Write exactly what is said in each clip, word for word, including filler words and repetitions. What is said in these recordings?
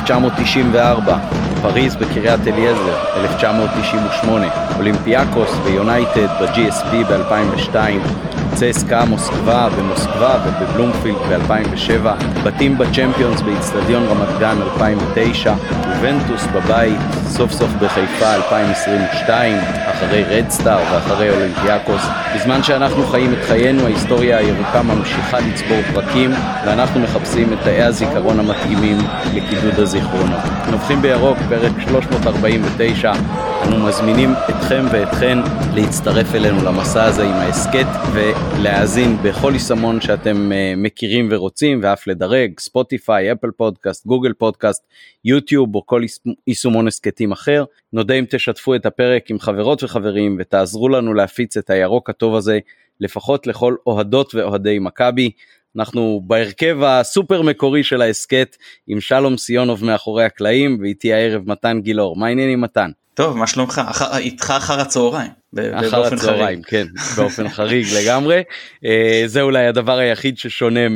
תשע מאות תשעים וארבע, פריז בקריית אליעזר, אלף תשע מאות תשעים ושמונה, אולימפיאקוס ויונייטד ב-ג'י אס פי ב-אלפיים ושתיים, צסקה מוסקבה במוסקבה ובבלומפילד ב-אלפיים ושבע, בתים בצ'מפיונס באצטדיון רמת גן אלפיים ותשע, יובנטוס בבית סוף סוף בחיפה אלפיים עשרים ושתיים, אחרי רדסטאר ואחרי אולימפיאקוס. בזמן שאנחנו חיים את חיינו, ההיסטוריה הירוקה ממשיכה לצבור פרקים, ואנחנו מחפשים את תאי הזיכרון המתאימים לקידוד הזיכרונות. נובחים בירוק, פרק שלוש מאות ארבעים ותשע. אנו מזמינים אתכם ואתכן להצטרף אלינו למסע הזה עם העסקט, ולהאזין בכל יישומון שאתם מכירים ורוצים, ואף לדרג, ספוטיפיי, אפל פודקאסט, גוגל פודקאסט, יוטיוב או כל יישומון עסקטים אחר. נודה אם תשתפו את הפרק עם חברות וחברים, ותעזרו לנו להפיץ את הירוק הטוב הזה, לפחות לכל אוהדות ואוהדי מכבי. אנחנו בהרכב הסופר מקורי של העסקט, עם שלום סיונוב מאחורי הקלעים, ואיתי הערב מתן גילאור. מה העניינים מתן? טוב, מה שלומך? אח... איתך אחר הצהריים. אחר הצהריים, כן, באופן חריג לגמרי. זה אולי הדבר היחיד ששונה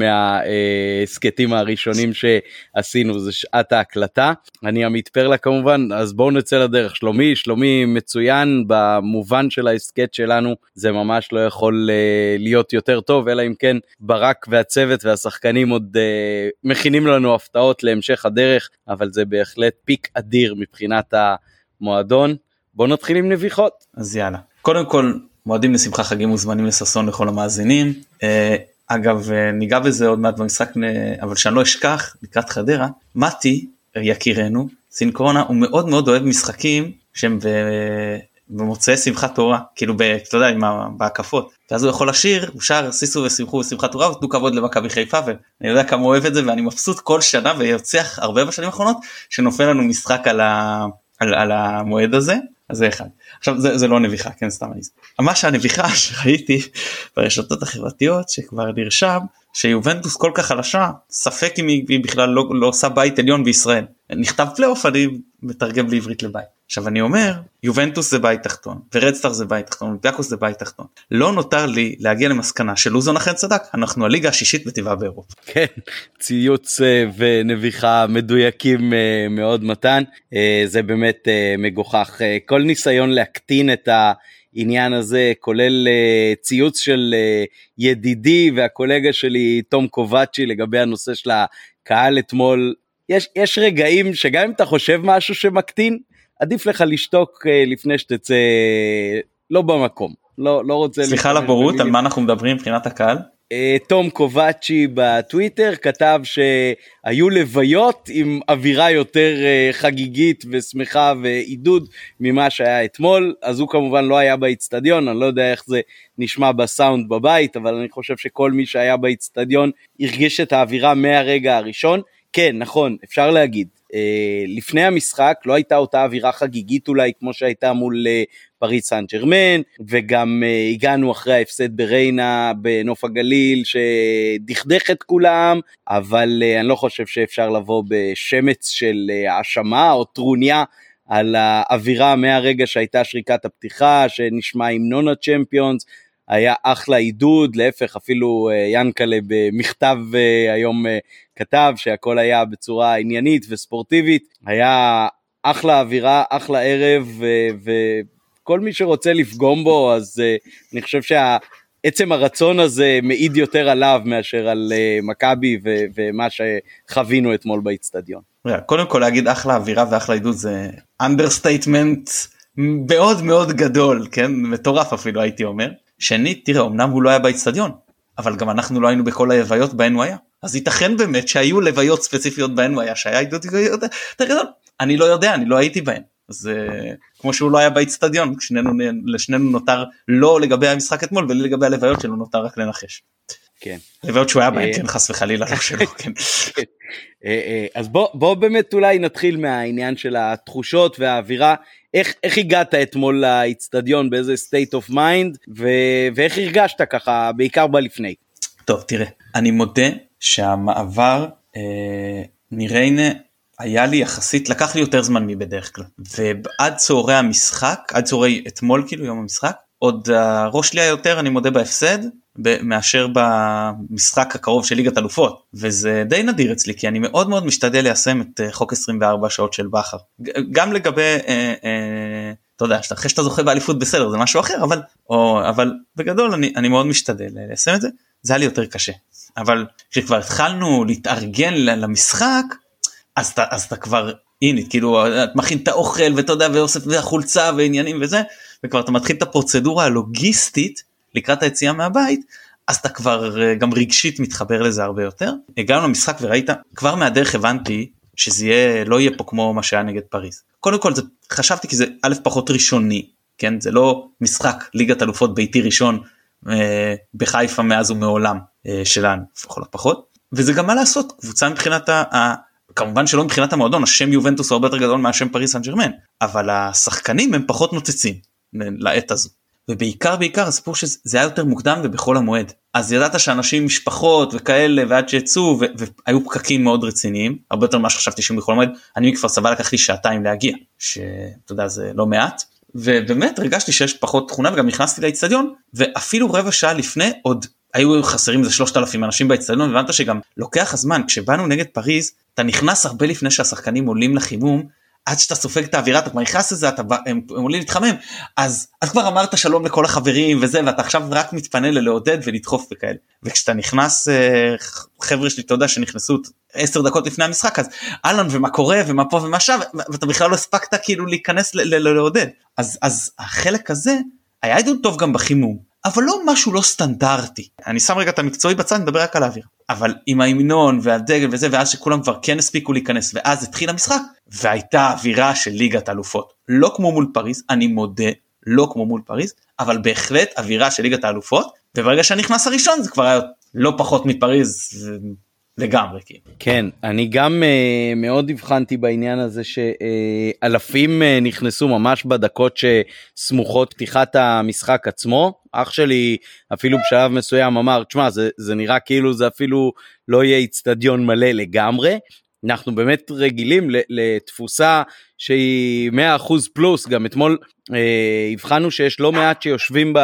מהסקטים הראשונים שעשינו, זה שעת ההקלטה. אני עמית פרלה כמובן, אז בואו נצא לדרך. שלומי, שלומי מצוין במובן של הסקט שלנו, זה ממש לא יכול להיות יותר טוב, אלא אם כן ברק והצוות והשחקנים עוד מכינים לנו הפתעות להמשך הדרך, אבל זה בהחלט פיק אדיר מבחינת המועדון. בואו נתחיל עם נביחות. אז יאללה. קודם כל, מועדים לשמחה חגים מוזמנים לססון לכל המאזינים. אגב, ניגע בזה עוד מעט במשחק, אבל שאני לא אשכח, לקראת חדרה, מתי, יקירנו, סינקרונה, הוא מאוד מאוד אוהב משחקים שהם במוצאי שמחת תורה, כאילו, אתה יודע, בהקפות. ואז הוא יכול לשיר, הוא שר, סיסו ושמחו ושמחת תורה, ותנו כבוד למכבי חיפה, ואני יודע כמה אוהב את זה, ואני מבסוט כל שנה, ויוצח הרבה בשנים האחרונות, שנופל לנו משחק על ה... על, על המועד הזה. אז זה אחד. עכשיו זה, זה לא נביחה, כן, סתם אני. מה שהנביחה שראיתי ברשתות החברתיות שכבר נרשם, שיובנטוס כל כך חלשה, ספק אם היא בכלל לא, לא עושה בית עליון בישראל. נכתב פלייאוף, אני מתרגם לעברית לבית. עכשיו אני אומר, יובנטוס זה בית תחתון, ורדסטאר זה בית תחתון, ופיאקוס זה בית תחתון. לא נותר לי להגיע למסקנה שלוזון אכן צדק, אנחנו הליגה השישית בטבעה באירופה. כן, ציוץ ונביחה מדויקים מאוד מתן, זה באמת מגוחך. כל ניסיון להקטין את העניין הזה, כולל ציוץ של ידידי והקולגה שלי תום קובצ'י לגבי הנושא של הקהל אתמול, יש, יש רגעים שגם אם אתה חושב משהו שמקטין, עדיף לך לשתוק לפני שתצא לא במקום. לא, לא רוצה... סליחה על הבורות, על מה אנחנו מדברים מבחינת הקהל? תום קובצ'י בטוויטר כתב שהיו לוויות עם אווירה יותר חגיגית ושמחה ועידוד ממה שהיה אתמול, אז הוא כמובן לא היה באצטדיון, אני לא יודע איך זה נשמע בסאונד בבית, אבל אני חושב שכל מי שהיה באצטדיון הרגיש את האווירה מהרגע הראשון. כן, נכון, אפשר להגיד, לפני המשחק לא הייתה אותה אווירה חגיגית אולי כמו שהייתה מול פריז סן ז'רמן, וגם הגענו אחרי ההפסד בריינה בנוף הגליל שדכדך את כולם, אבל אני לא חושב שאפשר לבוא בשמץ של האשמה או טרוניה על האווירה מהרגע שהייתה שריקת הפתיחה, שנשמע המנון הצ'מפיונס, היה אחלה עידוד, להפך אפילו ינקלה במכתב היום כתב שהכל היה בצורה עניינית וספורטיבית, היה אחלה אווירה, אחלה ערב, וכל מי שרוצה לפגום בו, אז אני חושב שעצם הרצון הזה מעיד יותר עליו מאשר על מכבי ומה שחווינו אתמול באצטדיון. קודם כל להגיד אחלה אווירה ואחלה עידוד זה אנדרסטייטמנט מאוד מאוד גדול, כן? מטורף אפילו הייתי אומר. שנית, תראה, אמנם הוא לא היה באצטדיון, אבל גם אנחנו לא היינו בכל הלוויות בהן הוא היה. אז ייתכן באמת שהיו לוויות ספציפיות בהן הוא היה, שהיה עידוד יותר גדול. אני לא יודע, אני לא הייתי בהן. אז כמו שהוא לא היה באצטדיון, לשנינו נותר לא לגבי המשחק אתמול, ולגבי הלוויות שלו נותר רק לנחש. כן. לוויות שהוא היה בהן, כן, חס וחלילה, לא שלו, כן. אז בוא באמת אולי נתחיל מהעניין של התחושות והאווירה, איך, איך הגעת אתמול לאצטדיון, באיזה state of mind, ו, ואיך הרגשת ככה, בעיקר בלפני? טוב, תראה, אני מודה שהמעבר אה, מריינה היה לי יחסית, לקח לי יותר זמן מבדרך כלל, ועד צהרי המשחק, עד צהרי אתמול כאילו יום המשחק, עוד הראש שלי יותר, אני מודה בהפסד, מאשר במשחק הקרוב של ליגת אלופות, וזה די נדיר אצלי, כי אני מאוד מאוד משתדל ליישם את חוק עשרים וארבע שעות של בחר, גם לגבי, אה, אה, אתה יודע, אחרי שאתה זוכה באליפות בסדר, זה משהו אחר, אבל, או, אבל בגדול אני, אני מאוד משתדל ליישם את זה, זה היה לי יותר קשה, אבל כשכבר התחלנו להתארגן למשחק, אז אתה, אז אתה כבר, הנה, כאילו, את מכין את האוכל, ואתה יודע, ואוסף והחולצה ועניינים וזה, וכבר אתה מתחיל את הפרוצדורה הלוגיסטית, לקראת היציאה מהבית, אז אתה כבר גם רגשית מתחבר לזה הרבה יותר. הגענו למשחק וראית, כבר מהדרך הבנתי, שזה יהיה, לא יהיה פה כמו מה שהיה נגד פריז. קודם כל, זה, חשבתי כי זה א' פחות ראשוני, כן? זה לא משחק ליגת אלופות ביתי ראשון, אה, בחיפה מאז ומעולם אה, שלנו, לכל הפחות. וזה גם מה לעשות, קבוצה מבחינת ה... ה כמובן שלא מבחינת המועדון, השם יובנטוס הוא הרבה יותר גדול מהשם פריז סן ז'רמן, אבל השחקנים הם פחות נוצצים לעת הזו. ובעיקר בעיקר הסיפור שזה היה יותר מוקדם ובכל המועד. אז ידעת שאנשים משפחות וכאלה ועד שיצאו והיו פקקים מאוד רציניים, הרבה יותר ממה שחשבתי שהם בכל המועד, אני מכפר סבא לקח לי שעתיים להגיע, שאתה יודע זה לא מעט, ובאמת הרגשתי שיש פחות תכונה וגם נכנסתי לאצטדיון, ואפילו רבע שעה לפני עוד היו חסרים איזה שלושת אלפים אנשים באצטדיון, והבנת שגם לוקח הזמן, כשבאנו נגד פריז, אתה נכנס הרבה לפני שהשחקנים עולים לחימום, עד שאתה סופג את האווירה, אתה כבר נכנס לזה, אתה, הם, הם עולים להתחמם, אז את כבר אמרת שלום לכל החברים וזה, ואתה עכשיו רק מתפנה ללעודד ולדחוף וכאלה. וכשאתה נכנס, חבר'ה שלי, אתה יודע שנכנסו עשר דקות לפני המשחק, אז אלון ומה קורה ומה פה ומה שם, ואתה בכלל לא הספקת כאילו להיכנס ללעודד. אז, אז החלק הזה היה עדות טוב גם בחימום, אבל לא משהו לא סטנדרטי. אני שם רגע את המקצועי בצד, נדבר רק על האוויר. אבל עם ההמנון והדגל וזה, ואז שכולם כבר כן הספיקו להיכנס, ואז התחיל המשחק, והייתה אווירה של ליגת האלופות. לא כמו מול פריז, אני מודה, לא כמו מול פריז, אבל בהחלט אווירה של ליגת האלופות, וברגע שנכנס הראשון, זה כבר היה לא פחות מפריז לגמרי. כן, אני גם uh, מאוד הבחנתי בעניין הזה שאלפים uh, uh, נכנסו ממש בדקות שסמוכות פתיחת המשחק עצמו. אח שלי אפילו בשלב מסוים אמר, תשמע, זה, זה נראה כאילו זה אפילו לא יהיה אצטדיון מלא לגמרי. אנחנו באמת רגילים לתפוסה שהיא מאה אחוז פלוס, גם אתמול אה, הבחנו שיש לא מעט שיושבים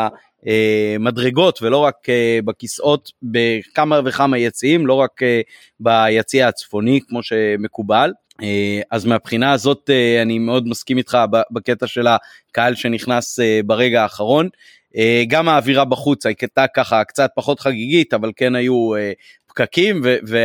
במדרגות ולא רק אה, בכיסאות בכמה וכמה יציאים, לא רק אה, ביציע הצפוני כמו שמקובל. אה, אז מהבחינה הזאת אה, אני מאוד מסכים איתך בקטע של הקהל שנכנס אה, ברגע האחרון. אה, גם האווירה בחוץ הייתה ככה קצת פחות חגיגית, אבל כן היו אה, פקקים,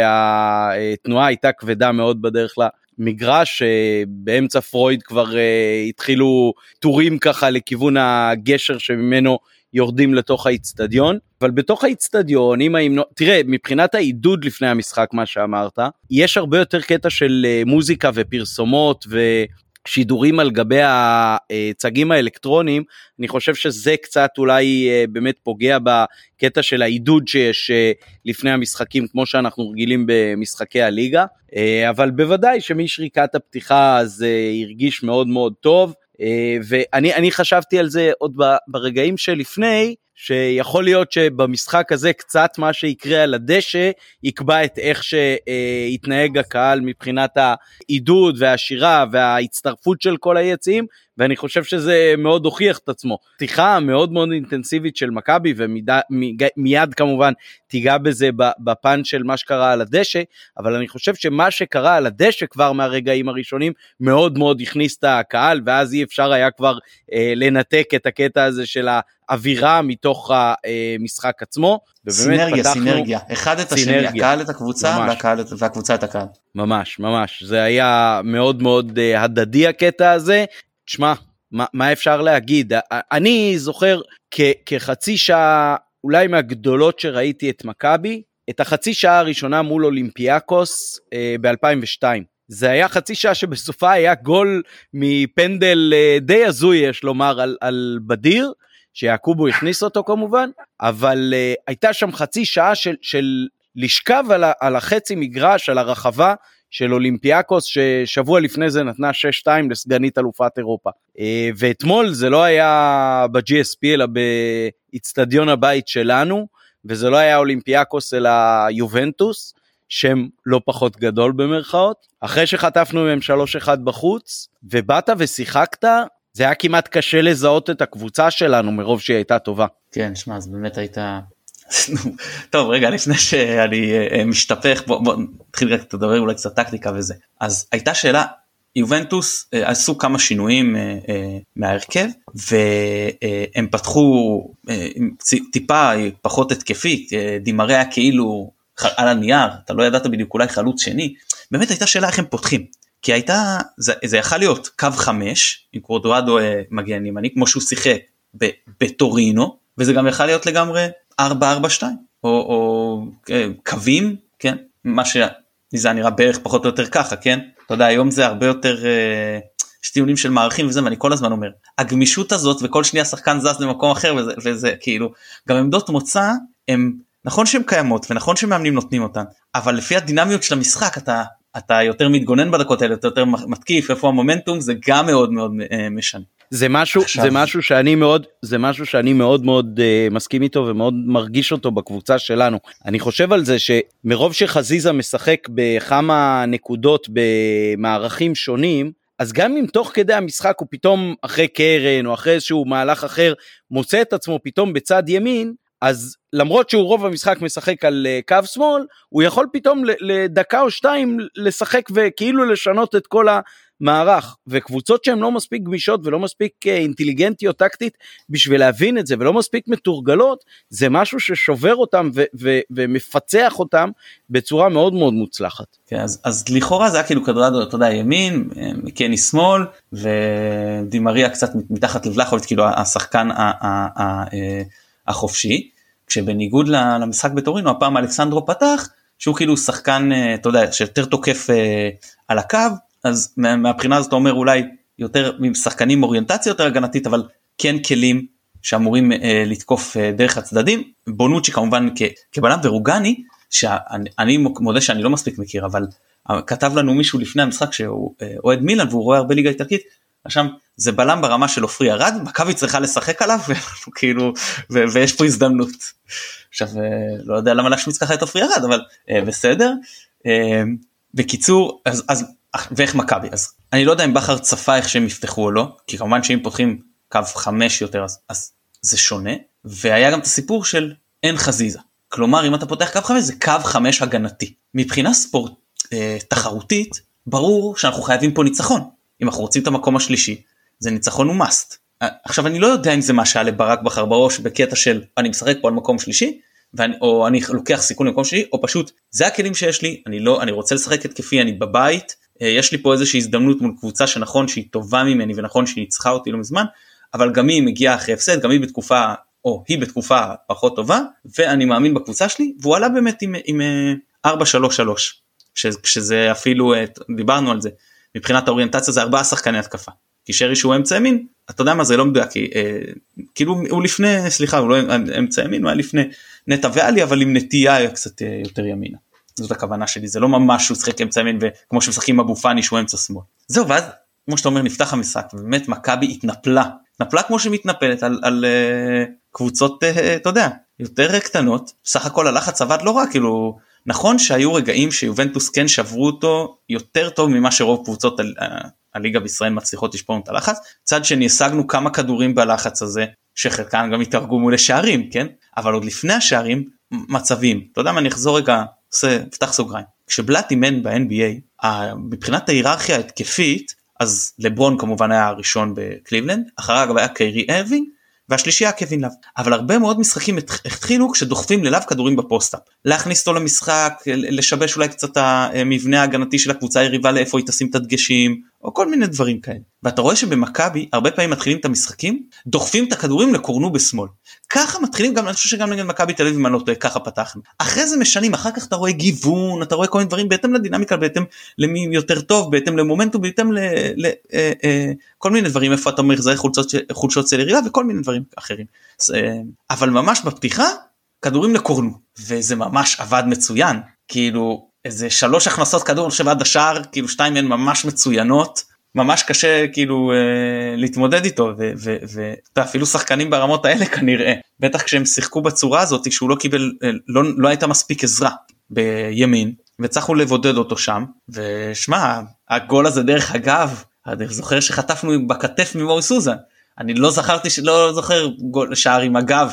והתנועה הייתה כבדה מאוד בדרך למגרש, באמצע פרויד כבר התחילו טורים ככה לכיוון הגשר שממנו יורדים לתוך האצטדיון, אבל בתוך האצטדיון, אם ההמנון, תראה, מבחינת העידוד לפני המשחק, מה שאמרת, יש הרבה יותר קטע של מוזיקה ופרסומות ו... שידורים על גבי הצגים האלקטרוניים. אני חושב שזה קצת אולי באמת פוגע בקטע של העידוד שיש לפני המשחקים, כמו שאנחנו רגילים במשחקי הליגה, אבל בוודאי שמשריקת הפתיחה זה הרגיש מאוד מאוד טוב, ואני אני חשבתי על זה עוד ברגעים שלפני, שיכול להיות שבמשחק הזה קצת מה שיקרה על הדשא יקבע את איך שיתנהג הקהל מבחינת העידוד והשירה וההצטרפות של כל היציעים, ואני חושב שזה מאוד הוכיח את עצמו. פתיחה מאוד מאוד אינטנסיבית של מכבי, ומיד כמובן תיגע בזה בפן של מה שקרה על הדשא, אבל אני חושב שמה שקרה על הדשא כבר מהרגעים הראשונים מאוד מאוד הכניס את הקהל, ואז אי אפשר היה כבר אה, לנתק את הקטע הזה של האווירה מתוך המשחק עצמו. סינרגיה, סינרגיה, אחד את השני, הקהל את הקבוצה והקבוצה את הקהל. ממש, ממש, זה היה מאוד מאוד הדדי הקטע הזה. תשמע, מה, מה אפשר להגיד? אני זוכר כ, כחצי שעה, אולי מהגדולות שראיתי את מכבי, את החצי שעה הראשונה מול אולימפיאקוס אה, ב-אלפיים ושתיים. זה היה חצי שעה שבסופה היה גול מפנדל אה, די הזוי, יש לומר, על, על בדיר, שיעקובו הכניס אותו כמובן, אבל אה, הייתה שם חצי שעה של, של לשכב על, על החצי מגרש, על הרחבה, של אולימפיאקוס, ששבוע לפני זה נתנה שש שתיים לסגנית אלופת אירופה. ואתמול זה לא היה ב-ג'י אס פי, אלא באצטדיון הבית שלנו, וזה לא היה אולימפיאקוס, אלא יובנטוס, שם לא פחות גדול במרכאות. אחרי שחטפנו מהם שלוש אחד בחוץ, ובאת ושיחקת, זה היה כמעט קשה לזהות את הקבוצה שלנו מרוב שהיא הייתה טובה. כן, שמע, אז באמת הייתה... טוב, רגע, לפני שאני משתפך, בוא, בוא נתחיל רק לדבר אולי קצת טקטיקה וזה. אז הייתה שאלה, יובנטוס עשו כמה שינויים מההרכב, והם פתחו טיפה פחות התקפית, דימריה כאילו על הנייר, אתה לא ידעת בדיוק אולי חלוץ שני, באמת הייתה שאלה איך הם פותחים, כי הייתה, זה, זה יכול להיות קו חמש, עם קורדואדו מגן ימני, כמו שהוא שיחק בטורינו, וזה גם יכול להיות לגמרי ארבע ארבע שתיים, או, או קווים, כן, מה שזה נראה בערך פחות או יותר ככה, כן, אתה יודע, היום זה הרבה יותר, יש טיעונים של מערכים וזה, ואני כל הזמן אומר, הגמישות הזאת, וכל שנייה שחקן זז למקום אחר, וזה, וזה כאילו, גם עמדות מוצא, הם, נכון שהן קיימות, ונכון שמאמנים נותנים אותן, אבל לפי הדינמיות של המשחק, אתה, אתה יותר מתגונן בדקות האלה, אתה יותר מתקיף, איפה המומנטום, זה גם מאוד מאוד משנה. זה משהו, עכשיו... זה משהו שאני מאוד, זה משהו שאני מאוד מאוד uh, מסכים איתו ומאוד מרגיש אותו בקבוצה שלנו. אני חושב על זה שמרוב שחזיזה משחק בכמה נקודות במערכים שונים, אז גם אם תוך כדי המשחק הוא פתאום אחרי קרן או אחרי איזשהו מהלך אחר מוצא את עצמו פתאום בצד ימין, אז למרות שהוא רוב המשחק משחק על uh, קו שמאל, הוא יכול פתאום לדקה או שתיים לשחק וכאילו לשנות את כל ה... מערך, וקבוצות שהן לא מספיק גמישות ולא מספיק אינטליגנטיות טקטית בשביל להבין את זה, ולא מספיק מתורגלות, זה משהו ששובר אותם ו- ו- ומפצח אותם בצורה מאוד מאוד מוצלחת. כן, אז, אז לכאורה זה היה כאילו כדורגל, אתה יודע, ימין, מקני שמאל, ודימריה קצת מתחת לבלחוביץ', כאילו השחקן החופשי, כשבניגוד למשחק בטורינו, הפעם אלכסנדרו פתח, שהוא כאילו שחקן, אתה יודע, שיותר תוקף על הקו, אז מהבחינה הזאת אתה אומר אולי יותר משחקנים אוריינטציה יותר הגנתית, אבל כן כלים שאמורים אה, לתקוף אה, דרך הצדדים, בונוצ'י כמובן כבלם, ורוגני, שאני מודה שאני לא מספיק מכיר, אבל כתב לנו מישהו לפני המשחק שהוא אה, אוהד מילאן, והוא רואה הרבה ליגה איטלקית, עכשיו זה בלם ברמה של עופרי ארד, מכבי צריכה לשחק עליו, וכאילו, ו- ויש פה הזדמנות. עכשיו, אה, לא יודע למה להשמיץ ככה את עופרי ארד, אבל אה, בסדר. אה, בקיצור, אז, אז ואיך מכבי, אז אני לא יודע אם בחר צפה איך שהם יפתחו או לא, כי כמובן שאם פותחים קו חמש יותר, אז, אז זה שונה, והיה גם את הסיפור של אין חזיזה, כלומר אם אתה פותח קו חמש, זה קו חמש הגנתי, מבחינה ספורט אה, תחרותית, ברור שאנחנו חייבים פה ניצחון, אם אנחנו רוצים את המקום השלישי, זה ניצחון הוא must, עכשיו אני לא יודע אם זה מה שהיה לברק בחר בראש, בקטע של אני משחק פה על מקום שלישי, ואני, או אני לוקח סיכון למקום שלי, או פשוט זה הכלים שיש לי, אני לא, אני רוצה לשחק התקפי, אני בבית, יש לי פה איזושהי הזדמנות מול קבוצה שנכון שהיא טובה ממני ונכון שהיא ניצחה אותי לא מזמן, אבל גם היא מגיעה אחרי הפסד, גם היא בתקופה, או היא בתקופה פחות טובה, ואני מאמין בקבוצה שלי, והוא עלה באמת עם, עם ארבע שלוש שלוש, שזה אפילו, דיברנו על זה, מבחינת האוריינטציה זה ארבעה שחקני התקפה, כי שרי שהוא אמצע ימין, אתה יודע מה זה לא מדויק, כאילו הוא לפני, סליחה, הוא לא אמצע ימין, הוא היה לפני נטע ואלי, אבל עם נטייה קצת יותר ימינה. זאת הכוונה שלי, זה לא ממש שהוא שחק אמצע ימין, וכמו שמשחקים אבו פאני שהוא אמצע שמאל. זהו, ואז, כמו שאתה אומר, נפתח המשחק, ובאמת מכבי התנפלה, התנפלה כמו שמתנפלת על, על uh, קבוצות, uh, אתה יודע, יותר קטנות, סך הכל הלחץ עבד לא רע, כאילו, נכון שהיו רגעים שיובנטוס כן שברו אותו יותר טוב ממה שרוב קבוצות ה- ה- הליגה בישראל מצליחות לשפור את הלחץ, צד שני השגנו כמה כדורים בלחץ הזה, שחלקן גם התרגמו לשערים, כן? אבל עוד לפני השערים, מצבים, אתה יודע מה, אני אחזור רגע, עושה, פתח סוגריים, כשבלאט אימן ב-אן בי איי, מבחינת ההיררכיה התקפית, אז לברון כמובן היה הראשון בקליבלנד, אחריו גם היה קיירי ארווינג, והשלישי היה קווין לב, אבל הרבה מאוד משחקים התחילו כשדוחפים ללב כדורים בפוסט-אפ, להכניס אותו למשחק, לשבש אולי קצת המבנה ההגנתי של הקבוצה היריבה, לאיפה היא תשים את הדגשים, או כל מיני דברים כאלה, ואתה רואה שבמכבי, הרבה פעמים מתחילים את המשחקים, דוחפים את הכדורים לקורנו בשמאל, ככה מתחילים גם, אני חושב שגם נגד מכבי תל אביב, אם אני לא טועה, ככה פתחנו, אחרי זה משנים, אחר כך אתה רואה גיוון, אתה רואה כל מיני דברים, בהתאם לדינמיקה, בהתאם למי יותר טוב, בהתאם למומנטום, בהתאם לכל מיני דברים, איפה אתה מחזר חולשות של יריבה, וכל מיני דברים אחרים, אבל ממש בפתיחה, כדורים לקורנו, וזה ממש עבד מצוין, כאילו, איזה שלוש הכנסות כדור, אני חושב עד השער, כאילו שתיים הן ממש מצוינות, ממש קשה כאילו אה, להתמודד איתו, ואפילו שחקנים ברמות האלה כנראה, בטח כשהם שיחקו בצורה הזאת, שהוא לא קיבל, אה, לא, לא הייתה מספיק עזרה בימין, וצריכו לבודד אותו שם, ושמע, הגול הזה דרך אגב, אני זוכר שחטפנו בכתף ממורי סוזה, אני לא זכרתי, לא זוכר שער עם הגב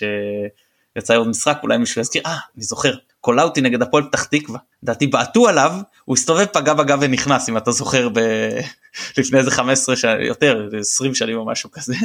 שיצא עוד משחק, אולי מישהו יזכיר, אה, אני זוכר, קולאוטי נגד הפועל פתח תקווה, דעתי בעטו עליו, הוא הסתובב פגע בגב ונכנס, אם אתה זוכר לפני איזה חמש עשרה שנה, יותר, עשרים שנים או משהו כזה,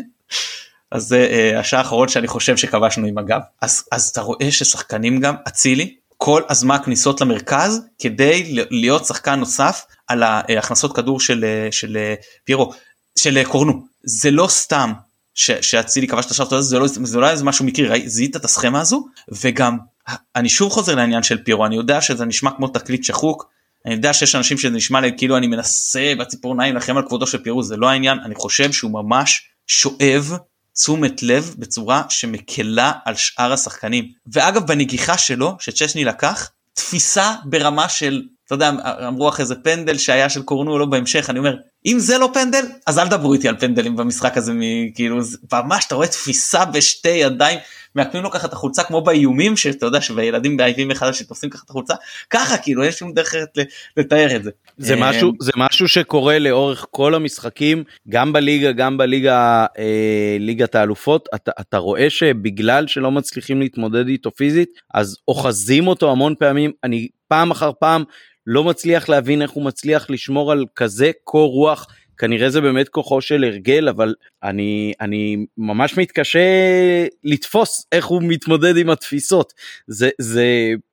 אז זה השעה האחרון שאני חושב שכבשנו עם הגב, אז, אז אתה רואה ששחקנים גם, אצילי, כל הזמן כניסות למרכז, כדי להיות שחקן נוסף, על ההכנסות כדור של, של פירו, של קורנו, זה לא סתם, שאצילי כבש את השער, זה לא, זה לא איזה משהו מקרי, זיהית את הסכמה הזו, וגם, אני שוב חוזר לעניין של פירו, אני יודע שזה נשמע כמו תקליט שחוק, אני יודע שיש אנשים שזה נשמע להם, כאילו אני מנסה בציפורניים לכם על כבודו של פירו, זה לא העניין, אני חושב שהוא ממש שואב תשומת לב בצורה שמקלה על שאר השחקנים, ואגב בנגיחה שלו, שצ'שני לקח, תפיסה ברמה של, אתה יודע, אמרו אחרי זה פנדל שהיה של קורנו לא בהמשך, אני אומר, אם זה לא פנדל, אז אל דברו איתי על פנדלים במשחק הזה, כאילו, ממש, אתה רואה תפיסה בשתי ידיים, מעקמים לו ככה את החולצה, כמו באיומים, שאתה יודע, שבילדים באיבים אחד שתופסים ככה את החולצה, ככה, כאילו, אין שום דרך לתאר את זה. זה משהו, זה משהו שקורה לאורך כל המשחקים, גם בליגה, גם בליגה, אה, ליגת האלופות, אתה, אתה רואה שבגלל שלא מצליחים להתמודד איתו פיזית, אז אוחזים אותו המון פעמים, אני פעם אחר פעם, לא מצליח להבין איך הוא מצליח לשמור על כזה קור רוח, כנראה זה באמת כוחו של הרגל, אבל אני, אני ממש מתקשה לתפוס איך הוא מתמודד עם התפיסות, זה, זה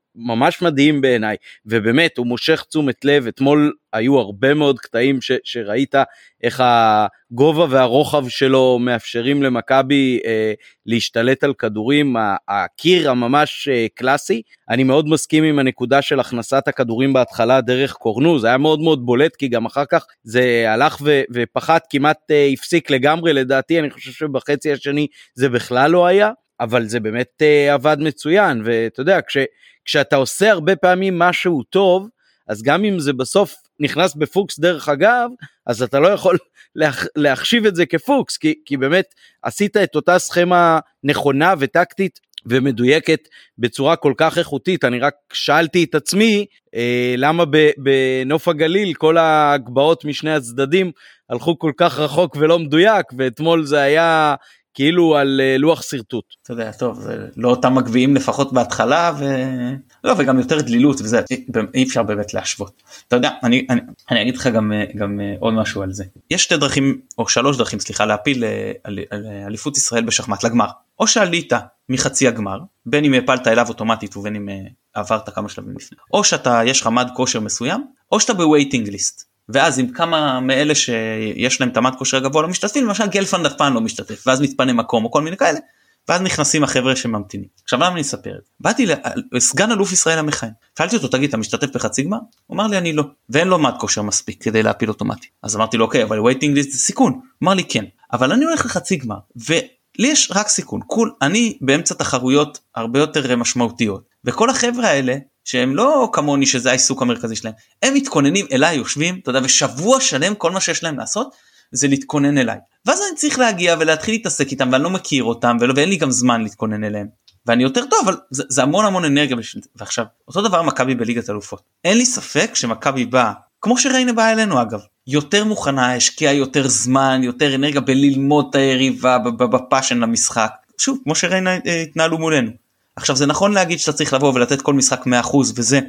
ממש מדהים בעיניי, ובאמת הוא מושך תשומת לב, אתמול היו הרבה מאוד קטעים ש, שראית איך הגובה והרוחב שלו מאפשרים למכבי אה, להשתלט על כדורים, הקיר הממש אה, קלאסי, אני מאוד מסכים עם הנקודה של הכנסת הכדורים בהתחלה דרך קורנו, זה היה מאוד מאוד בולט, כי גם אחר כך זה הלך ו, ופחת, כמעט אה, הפסיק לגמרי לדעתי, אני חושב שבחצי השני זה בכלל לא היה, אבל זה באמת אה, עבד מצוין, ואתה יודע, כש, כשאתה עושה הרבה פעמים משהו טוב, אז גם אם זה בסוף נכנס בפוקס דרך אגב, אז אתה לא יכול להח, להחשיב את זה כפוקס, כי, כי באמת עשית את אותה סכמה נכונה וטקטית ומדויקת בצורה כל כך איכותית. אני רק שאלתי את עצמי, אה, למה בנוף הגליל כל ההגבהות משני הצדדים הלכו כל כך רחוק ולא מדויק, ואתמול זה היה כאילו על לוח סרטוט. אתה יודע, טוב, זה לא אותם מגביעים לפחות בהתחלה, ו... לא, וגם יותר דלילות, וזה, אי אפשר באמת להשוות. אתה יודע, אני, אני, אני אגיד לך גם, גם עוד משהו על זה. יש שתי דרכים, או שלוש דרכים, סליחה, להפיל על, על אליפות ישראל בשחמט לגמר. או שעלית מחצי הגמר, בין אם הפלת אליו אוטומטית, ובין אם עברת כמה שלבים לפני. או שאתה, יש לך מד כושר מסוים, או שאתה בווייטינג ליסט. ואז עם כמה מאלה שיש להם תמת כושר גבוה לא משתתפים, למשל גלפן דפן לא משתתף, ואז מתפנה מקום או כל מיני כאלה, ואז נכנסים החבר'ה שממתינים. עכשיו למה אני אספר את זה? באתי לסגן אלוף ישראל המכהן, שאלתי אותו, תגיד, אתה משתתף בחצי גמר? הוא אמר לי, אני לא, ואין לו מד כושר מספיק כדי להפיל אוטומטי. אז אמרתי לו, אוקיי, אבל waiting list זה סיכון. הוא אמר לי, כן, אבל אני הולך לחצי גמר, ולי יש רק סיכון, כול, אני באמצע תחרויות הרבה יותר משמעותיות, וכל החבר'ה האלה שהם לא כמוני שזה העיסוק המרכזי שלהם, הם מתכוננים אליי, יושבים, אתה יודע, ושבוע שלם כל מה שיש להם לעשות, זה להתכונן אליי. ואז אני צריך להגיע ולהתחיל להתעסק איתם, ואני לא מכיר אותם, ולא, ואין לי גם זמן להתכונן אליהם. ואני יותר טוב, אבל זה, זה המון המון אנרגיה. ועכשיו, אותו דבר מכבי בליגת אלופות. אין לי ספק שמכבי באה, כמו שראינו באה אלינו אגב, יותר מוכנה, השקיעה יותר זמן, יותר אנרגיה בללמוד את היריבה, בפאשן למשחק. שוב, כמו שראינו התנהלו מולנו. עכשיו זה נכון להגיד שאתה צריך לבוא ולתת כל משחק מאה אחוז וזה,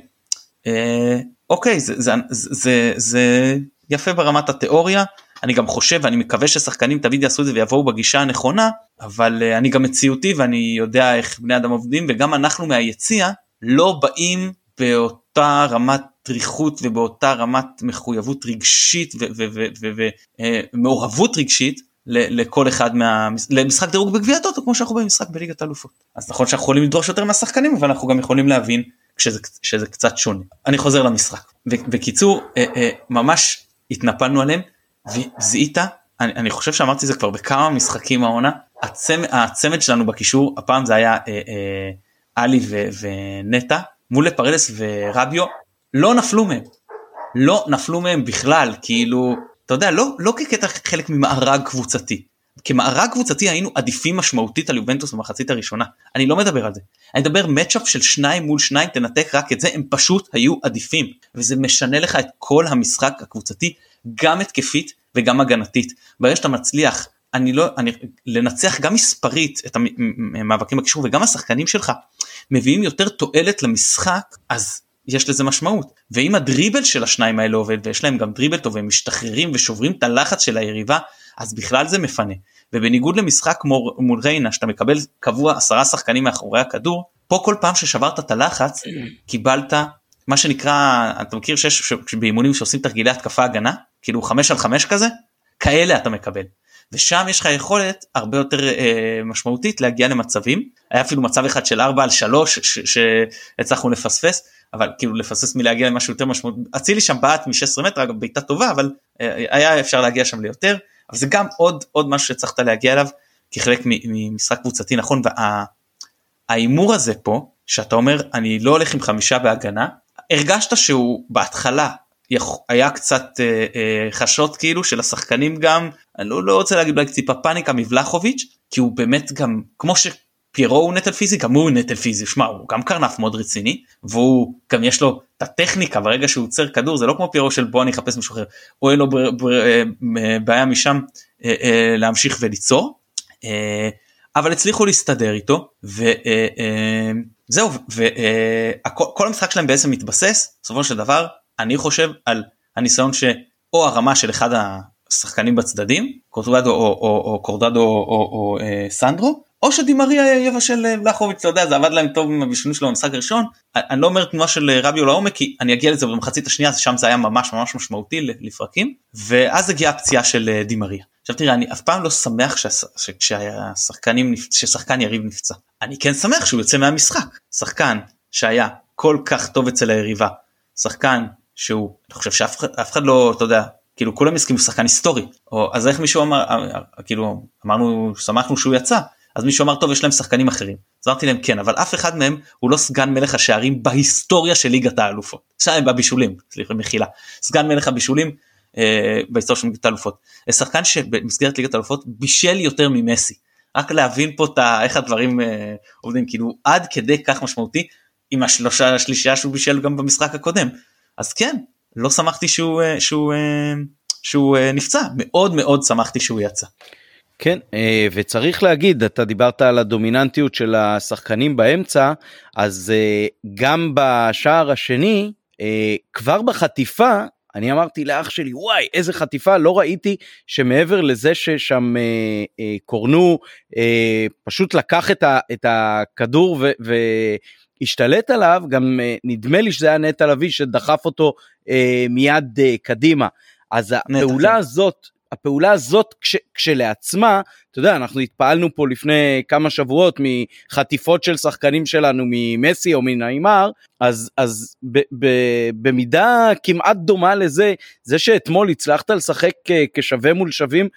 אה, אוקיי, זה, זה, זה, זה, זה יפה ברמת התיאוריה, אני גם חושב ואני מקווה ששחקנים תמיד יעשו את זה ויבואו בגישה הנכונה, אבל אה, אני גם מציאותי ואני יודע איך בני אדם עובדים, וגם אנחנו מהיציע לא באים באותה רמת דריכות ובאותה רמת מחויבות רגשית ומעורבות רגשית, לכל אחד מה... למשחק דירוג בגביע הטוטו, כמו שאנחנו במשחק בליגת האלופות. אז נכון שאנחנו יכולים לדרוש יותר מהשחקנים, אבל אנחנו גם יכולים להבין שזה, שזה קצת שונה. אני חוזר למשחק. בקיצור, ממש התנפלנו עליהם, וזיהית, אני, אני חושב שאמרתי זה כבר בכמה משחקים העונה, הצמד, הצמד שלנו בקישור, הפעם זה היה אלי ונטה, מול פרדס ורביו, לא נפלו מהם. לא נפלו מהם בכלל, כאילו... אתה יודע, לא, לא כקטע חלק ממארג קבוצתי. כמארג קבוצתי היינו עדיפים משמעותית על יובנטוס במחצית הראשונה. אני לא מדבר על זה. אני מדבר מצ'אפ של שניים מול שניים, תנתק רק את זה, הם פשוט היו עדיפים. וזה משנה לך את כל המשחק הקבוצתי, גם התקפית וגם הגנתית. ברגע שאתה מצליח, אני לא, אני, לנצח גם מספרית את המאבקים בקישור, וגם השחקנים שלך מביאים יותר תועלת למשחק, אז יש לזה משמעות. ואם הדריבל של השניים האלה עובד, ויש להם גם דריבל טוב, והם משתחררים ושוברים את הלחץ של היריבה, אז בכלל זה מפנה. ובניגוד למשחק מול ריינה, שאתה מקבל קבוע עשרה שחקנים מאחורי הכדור, פה כל פעם ששברת את הלחץ, קיבלת מה שנקרא, אתה מכיר שיש באימונים שעושים תרגילי התקפה הגנה, כאילו חמש על חמש כזה, כאלה אתה מקבל. ושם יש לך יכולת הרבה יותר אה, משמעותית להגיע למצבים, היה אפילו מצב אחד של ארבע על שלוש שהצלחנו לפספס, אבל כאילו לפספס מלהגיע למשהו יותר משמעותי, אצילי שם בעט מ-שש עשרה מטר, אגב בעיטה טובה, אבל אה, היה אפשר להגיע שם ליותר, אבל זה גם עוד, עוד משהו שצריכת להגיע אליו, כחלק ממשחק קבוצתי נכון, והאימור הזה פה, שאתה אומר אני לא הולך עם חמישה בהגנה, הרגשת שהוא בהתחלה, היה קצת אה, אה, חשות כאילו של השחקנים גם, אני לא, לא רוצה להגיד אולי ציפה פאניקה מבלחוביץ', כי הוא באמת גם, כמו שפיירו הוא נטל פיזי, גם הוא נטל פיזי, שמה, הוא גם קרנף מאוד רציני, והוא גם יש לו את הטכניקה, ברגע שהוא עוצר כדור, זה לא כמו פיירו של בוא אני אחפש משהו אחר, או אין לו בר, בר, אה, בעיה משם אה, אה, להמשיך וליצור, אה, אבל הצליחו להסתדר איתו, וזהו, אה, אה, וכל המשחק שלהם בעצם מתבסס, בסופו של דבר, אני חושב על הניסיון שאו הרמה של אחד השחקנים בצדדים, קורדדו או, או, או קורדדו או, או, או אה, סנדרו, או שדימריה יבשל בלחוביץ', אתה יודע, זה עבד להם טוב עם הבישולים שלו במשחק הראשון, אני לא אומר תנועה של רביו לעומק, כי אני אגיע לזה במחצית השנייה, שם זה היה ממש ממש משמעותי לפרקים, ואז הגיעה הפציעה של דימריה. עכשיו תראה, אני אף פעם לא שמח ששחקנים, ששחקן יריב נפצע, אני כן שמח שהוא יוצא מהמשחק, שחקן שהיה כל כך טוב אצל היריבה, שחקן שהוא, אני חושב שאף אף אחד לא, אתה יודע, כאילו כולם הסכימו שחקן היסטורי, או, אז איך מישהו אמר, כאילו אמרנו, שמחנו שהוא יצא, אז מישהו אמר טוב יש להם שחקנים אחרים, אז אמרתי להם כן, אבל אף אחד מהם הוא לא סגן מלך השערים בהיסטוריה של ליגת האלופות, שהם בבישולים, סליחה מחילה, סגן מלך הבישולים אה, בהיסטוריה של ליגת האלופות, שחקן שבמסגרת ליגת האלופות בישל יותר ממסי, רק להבין פה את, איך הדברים אה, עובדים, כאילו עד כדי כך משמעותי, עם השלושה השלישייה שהוא בישל גם במשחק הקודם, אז כן, לא שמחתי שהוא, שהוא, שהוא נפצע, מאוד מאוד שמחתי שהוא יצא. כן, וצריך להגיד, אתה דיברת על הדומיננטיות של השחקנים באמצע, אז גם בשער השני, כבר בחטיפה, אני אמרתי לאח שלי, וואי, איזה חטיפה, לא ראיתי שמעבר לזה ששם קורנו, פשוט לקח את הכדור ו... ו השתלט עליו, גם נדמה לי שזה היה נטע לביא שדחף אותו אה, מיד אה, קדימה, אז הפעולה הזאת, הפעולה הזאת כש, כשלעצמה, אתה יודע, אנחנו התפעלנו פה לפני כמה שבועות מחטיפות של שחקנים שלנו ממסי או מניימר, אז, אז ב, ב, במידה כמעט דומה לזה, זה שאתמול הצלחת לשחק כשווה מול שווים,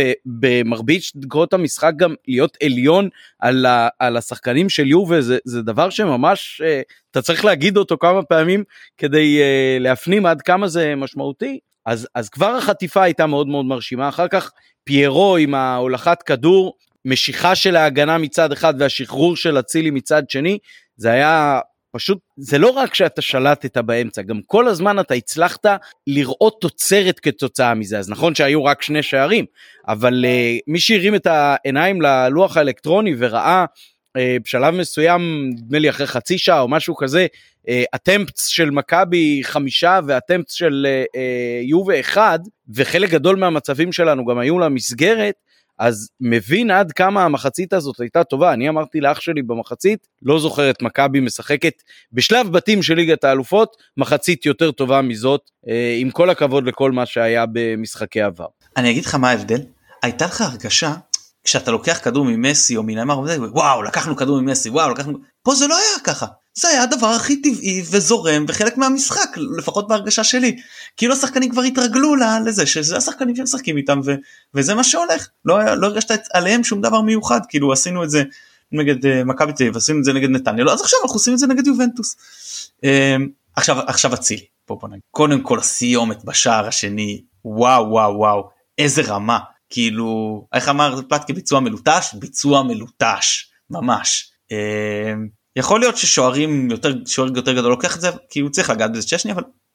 ובמרבית דקות המשחק גם להיות עליון על, ה, על השחקנים של יובה, זה, זה דבר שממש, אתה צריך להגיד אותו כמה פעמים, כדי להפנים עד כמה זה משמעותי, אז, אז כבר החטיפה הייתה מאוד מאוד מרשימה, אחר כך פיירו עם ההולכת כדור, משיכה של ההגנה מצד אחד, והשחרור של אצילי מצד שני, זה היה פשוט, זה לא רק שאתה שלטת באמצע, גם כל הזמן אתה הצלחת לראות תוצרת כתוצאה מזה, אז נכון שהיו רק שני שערים, אבל uh, מי שהרים את העיניים ללוח האלקטרוני, וראה uh, בשלב מסוים, נדמה לי אחרי חצי שעה או משהו כזה, אטמפטס של מכבי חמישה ואטמפטס של יובה אחד, וחלק גדול מהמצבים שלנו גם היו למסגרת, אז מבין עד כמה המחצית הזאת הייתה טובה. אני אמרתי לאח שלי במחצית, לא זוכר את מכבי משחקת בשלב בתים של ליגת האלופות, מחצית יותר טובה מזאת, עם כל הכבוד לכל מה שהיה במשחקי עבר. אני אגיד לך מה ההבדל, הייתה לך הרגשה, כשאתה לוקח כדור ממסי או מניימר, וואו, לקחנו כדור ממסי, וואו, לקחנו, פה זה לא היה ככה. זה היה הדבר הכי טבעי וזורם וחלק מהמשחק, לפחות בהרגשה שלי. כאילו השחקנים כבר התרגלו לזה, שזה השחקנים שמשחקים איתם, ו- וזה מה שהולך. לא, לא הרגשת עליהם שום דבר מיוחד, כאילו עשינו את זה נגד uh, מכבי תל אביב, עשינו את זה נגד נתניה, לא, אז עכשיו אנחנו עושים את זה נגד יובנטוס. Uh, עכשיו, עכשיו אצילי, פה בוא נגיד. קודם כל הסיומת בשער השני, וואו וואו וואו, איזה רמה. כאילו, איך אמר פלטקי, ביצוע מלוטש? ביצוע מלוטש, ממש. Uh, יכול להיות ששוערים יותר, שוער יותר גדול לוקח את זה, כי הוא צריך לגעת בזה צ'שני, אבל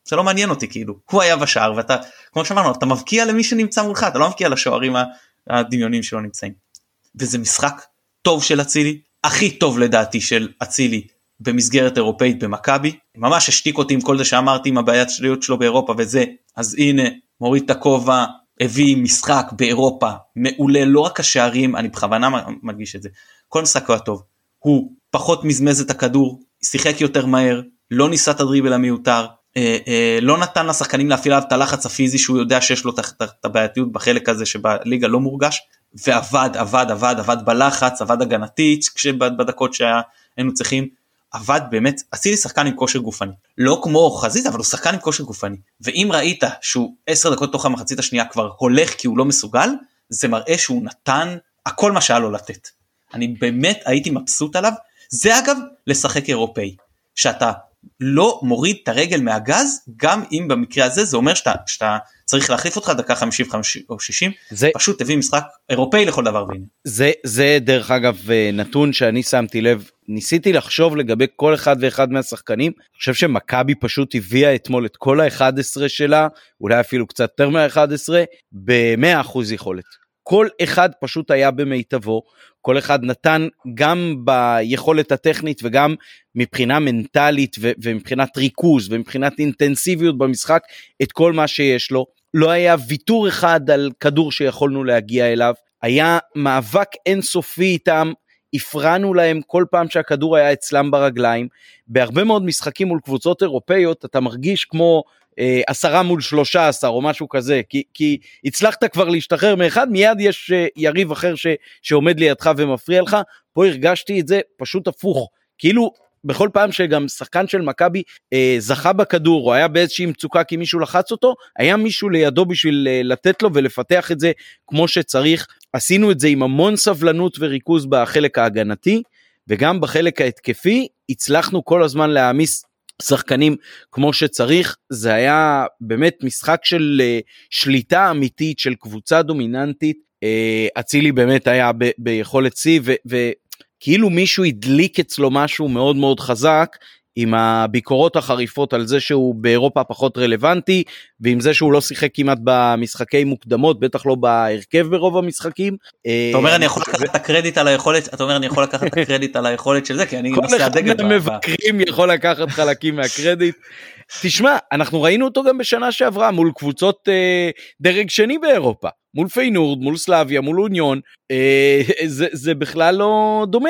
זה לא מעניין אותי, כאילו, הוא היה בשער, ואתה, כמו שאמרנו, אתה מבקיע למי שנמצא מולך, אתה לא מבקיע לשוערים הדמיונים שלא נמצאים. וזה משחק טוב של אצילי, הכי טוב לדעתי של אצילי, במסגרת אירופאית במכבי, ממש השתיק אותי עם כל זה שאמרתי, עם הבעיית שליות שלו באירופה וזה, אז הנה, מוריד את הכובע, הביא משחק באירופה, מעולה, לא רק השערים, אני בכוונה מדגיש את זה, כל משחק היה טוב, הוא פחות מזמז את הכדור, שיחק יותר מהר, לא ניסה את הדריבל המיותר, אה, אה, לא נתן לשחקנים להפעיל עליו את הלחץ הפיזי, שהוא יודע שיש לו את הבעייתיות בחלק הזה, שבליגה לא מורגש, ועבד, עבד, עבד, עבד בלחץ, עבד הגנתית, כשבדקות שהיינו צריכים, עבד באמת, אצילי שחקן עם כושר גופני, לא כמו חזיזה, אבל הוא שחקן עם כושר גופני, ואם ראית שהוא עשר דקות תוך המחצית השנייה כבר הולך כי הוא לא מסוגל, זה מראה שהוא נתן הכל מה שהיה לו לתת. אני באמת הייתי מבסוט עליו, זה אגב לשחק אירופאי, שאתה לא מוריד את הרגל מהגז, גם אם במקרה הזה זה אומר שאתה, שאתה צריך להחליף אותך דקה חמישים או שישים, זה, פשוט תביא משחק אירופאי לכל דבר והנה. זה, זה דרך אגב נתון שאני שמתי לב, ניסיתי לחשוב לגבי כל אחד ואחד מהשחקנים, אני חושב שמכבי פשוט הביאה אתמול את כל ה-אחד עשר שלה, אולי אפילו קצת יותר מה-אחד עשר, ב-מאה אחוז יכולת. כל אחד פשוט היה במיטבו, כל אחד נתן גם ביכולת הטכנית וגם מבחינה מנטלית ו- ומבחינת ריכוז ומבחינת אינטנסיביות במשחק את כל מה שיש לו. לא היה ויתור אחד על כדור שיכולנו להגיע אליו, היה מאבק אינסופי איתם, הפרענו להם כל פעם שהכדור היה אצלם ברגליים. בהרבה מאוד משחקים מול קבוצות אירופאיות אתה מרגיש כמו עשרה מול שלושה עשר או משהו כזה, כי, כי הצלחת כבר להשתחרר מאחד, מיד יש יריב אחר ש, שעומד לידך ומפריע לך. פה הרגשתי את זה פשוט הפוך, כאילו בכל פעם שגם שחקן של מכבי אה, זכה בכדור, או היה באיזושהי מצוקה כי מישהו לחץ אותו, היה מישהו לידו בשביל אה, לתת לו ולפתח את זה כמו שצריך. עשינו את זה עם המון סבלנות וריכוז בחלק ההגנתי, וגם בחלק ההתקפי, הצלחנו כל הזמן להעמיס שחקנים כמו שצריך. זה היה באמת משחק של שליטה אמיתית, של קבוצה דומיננטית. אצילי באמת היה ב- ביכולת צי, ו- וכאילו מישהו הדליק אצלו משהו מאוד מאוד חזק, עם הביקורות החריפות על זה שהוא באירופה פחות רלוונטי, ועם זה שהוא לא שיחק כמעט במשחקי מוקדמות, בטח לא בהרכב ברוב המשחקים. אתה אומר אני יכול לקחת את הקרדיט על היכולת, אתה אומר אני יכול לקחת את הקרדיט על היכולת של זה, כי אני נושא הדגל. כל אחד מהמבקרים יכול לקחת חלקים מהקרדיט. תשמע, אנחנו ראינו אותו גם בשנה שעברה, מול קבוצות אה, דרג שני באירופה, מול פיינורד, מול סלאביה, מול אוניון, אה, זה, זה בכלל לא דומה.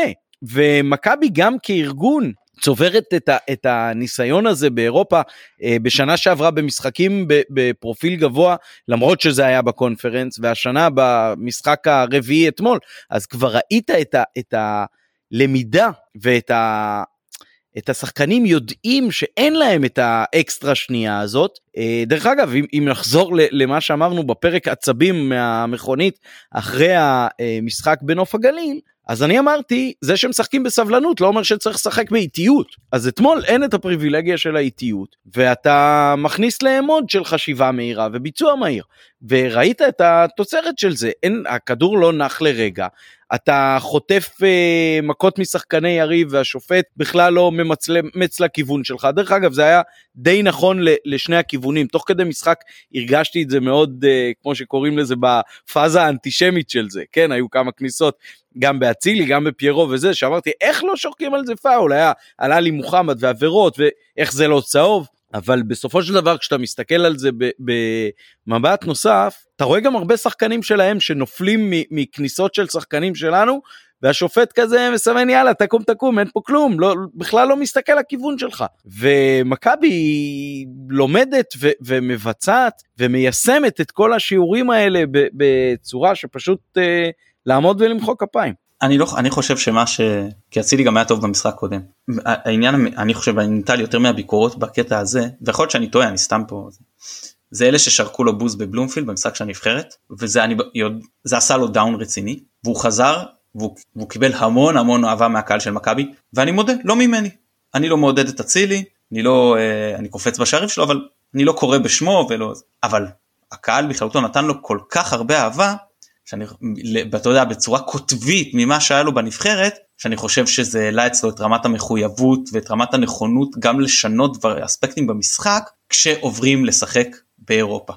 ומכבי גם כארגון, צוברת את, ה, את הניסיון הזה באירופה, אה, בשנה שעברה במשחקים בפרופיל גבוה, למרות שזה היה בקונפרנס, והשנה במשחק הרביעי אתמול, אז כבר ראית את, ה, את הלמידה, ואת ה, את השחקנים יודעים שאין להם את האקסטרה שנייה הזאת. אה, דרך אגב, אם, אם נחזור למה שאמרנו בפרק עצבים מהמכונית, אחרי המשחק בנוף הגליל, אז אני אמרתי, זה שמשחקים בסבלנות, לא אומר שצריך לשחק באיטיות. אז אתמול אין את הפריבילגיה של האיטיות, ואתה מכניס לעמוד של חשיבה מהירה וביצוע מהיר, וראית את התוצרת של זה. אין, הכדור לא נח לרגע, אתה חוטף אה, מכות משחקני יריב, והשופט בכלל לא ממצ לכיוון שלך. דרך אגב, זה היה די נכון לשני הכיוונים. תוך כדי משחק הרגשתי את זה מאוד, אה, כמו שקוראים לזה, בפאזה האנטישמית של זה. כן, היו כמה כניסות, גם באצילי, גם בפיירו וזה, שאמרתי, איך לא שורקים על זה פאול? היה, עלה לי מוחמד ועבירות, ואיך זה לא צהוב? אבל בסופו של דבר, כשאתה מסתכל על זה במבט נוסף, אתה רואה גם הרבה שחקנים שלהם שנופלים מכניסות של שחקנים שלנו, והשופט כזה מסמן, יאללה, תקום תקום, אין פה כלום, לא, בכלל לא מסתכל לכיוון שלך. ומכבי לומדת ו- ומבצעת ומיישמת את כל השיעורים האלה בצורה שפשוט אה, לעמוד ולמחוא כפיים. אני לא, אני חושב שמה ש... כי אצילי גם היה טוב במשחק קודם. העניין, אני חושב, אני נטל יותר מהביקורות בקטע הזה, ויכול להיות שאני טועה, אני סתם פה. זה אלה ששרקו לו בוז בבלומפילד במשחק של הנבחרת, וזה אני, זה עשה לו דאון רציני, והוא חזר, והוא, והוא קיבל המון המון אהבה מהקהל של מכבי, ואני מודה, לא ממני. אני לא מעודד את אצילי, אני לא, אני קופץ בשערים שלו, אבל אני לא קורא בשמו ולא, אבל הקהל בכללותו נתן לו כל כך הרבה אהבה, שאני, אתה יודע, בצורה כותבית ממה שהיה לו בנבחרת, שאני חושב שזה העלה אצלו את רמת המחויבות ואת רמת הנכונות גם לשנות דבר, אספקטים במשחק כשעוברים לשחק באירופה.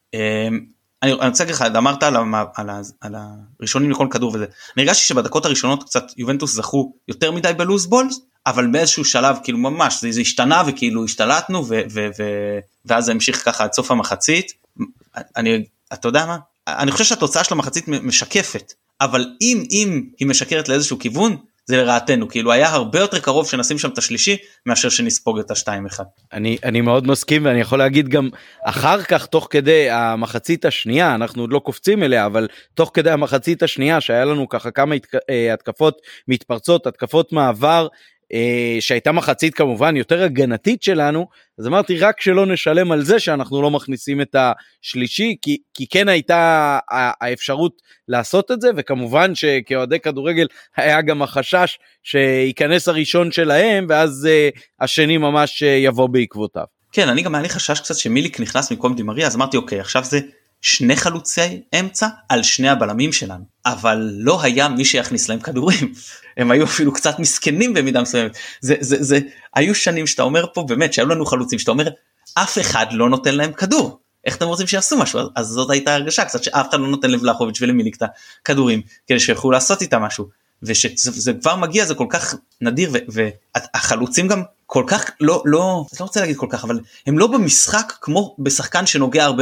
אני רוצה להגיד לך, אמרת על, על, על הראשונים לכל כדור וזה, אני הרגשתי שבדקות הראשונות קצת יובנטוס זכו יותר מדי בלוז בולס, אבל באיזשהו שלב כאילו ממש זה, זה השתנה וכאילו השתלטנו ו, ו, ו, ואז זה המשיך ככה עד סוף המחצית. אני, אתה יודע מה? אני חושב שהתוצאה של המחצית משקפת, אבל אם, אם היא משקרת לאיזשהו כיוון, זה לרעתנו, כאילו היה הרבה יותר קרוב שנשים שם את השלישי, מאשר שנספוג את השתיים אחד. אני, אני מאוד מסכים, ואני יכול להגיד גם, אחר כך, תוך כדי המחצית השנייה, אנחנו עוד לא קופצים אליה, אבל תוך כדי המחצית השנייה, שהיה לנו ככה כמה התקפות מתפרצות, התקפות מעבר, שהייתה מחצית כמובן יותר הגנתית שלנו, אז אמרתי רק שלא נשלם על זה שאנחנו לא מכניסים את השלישי, כי, כי כן הייתה האפשרות לעשות את זה, וכמובן שכאוהדי כדורגל היה גם החשש שייכנס הראשון שלהם, ואז השני ממש יבוא בעקבותיו. כן, אני גם היה לי חשש קצת שמיליק נכנס מקום דימריה, אז אמרתי אוקיי, עכשיו זה שני חלוצי אמצע על שני הבלמים שלנו, אבל לא היה מי שיכניס להם כדורים, הם היו אפילו קצת מסכנים במידה מסוימת, זה, זה, זה, היו שנים שאתה אומר פה באמת, שהיו לנו חלוצים, שאתה אומר, אף אחד לא נותן להם כדור, איך אתם רוצים שיעשו משהו, אז זאת הייתה הרגשה קצת, שאף אחד לא נותן לבלחוביץ' ולמיליק את הכדורים, כדי שיוכלו לעשות איתם משהו, ושזה כבר מגיע, זה כל כך נדיר, והחלוצים גם כל כך, לא, לא, לא רוצה להגיד כל כך, אבל הם לא במשחק כמו בשחקן שנוגע הרבה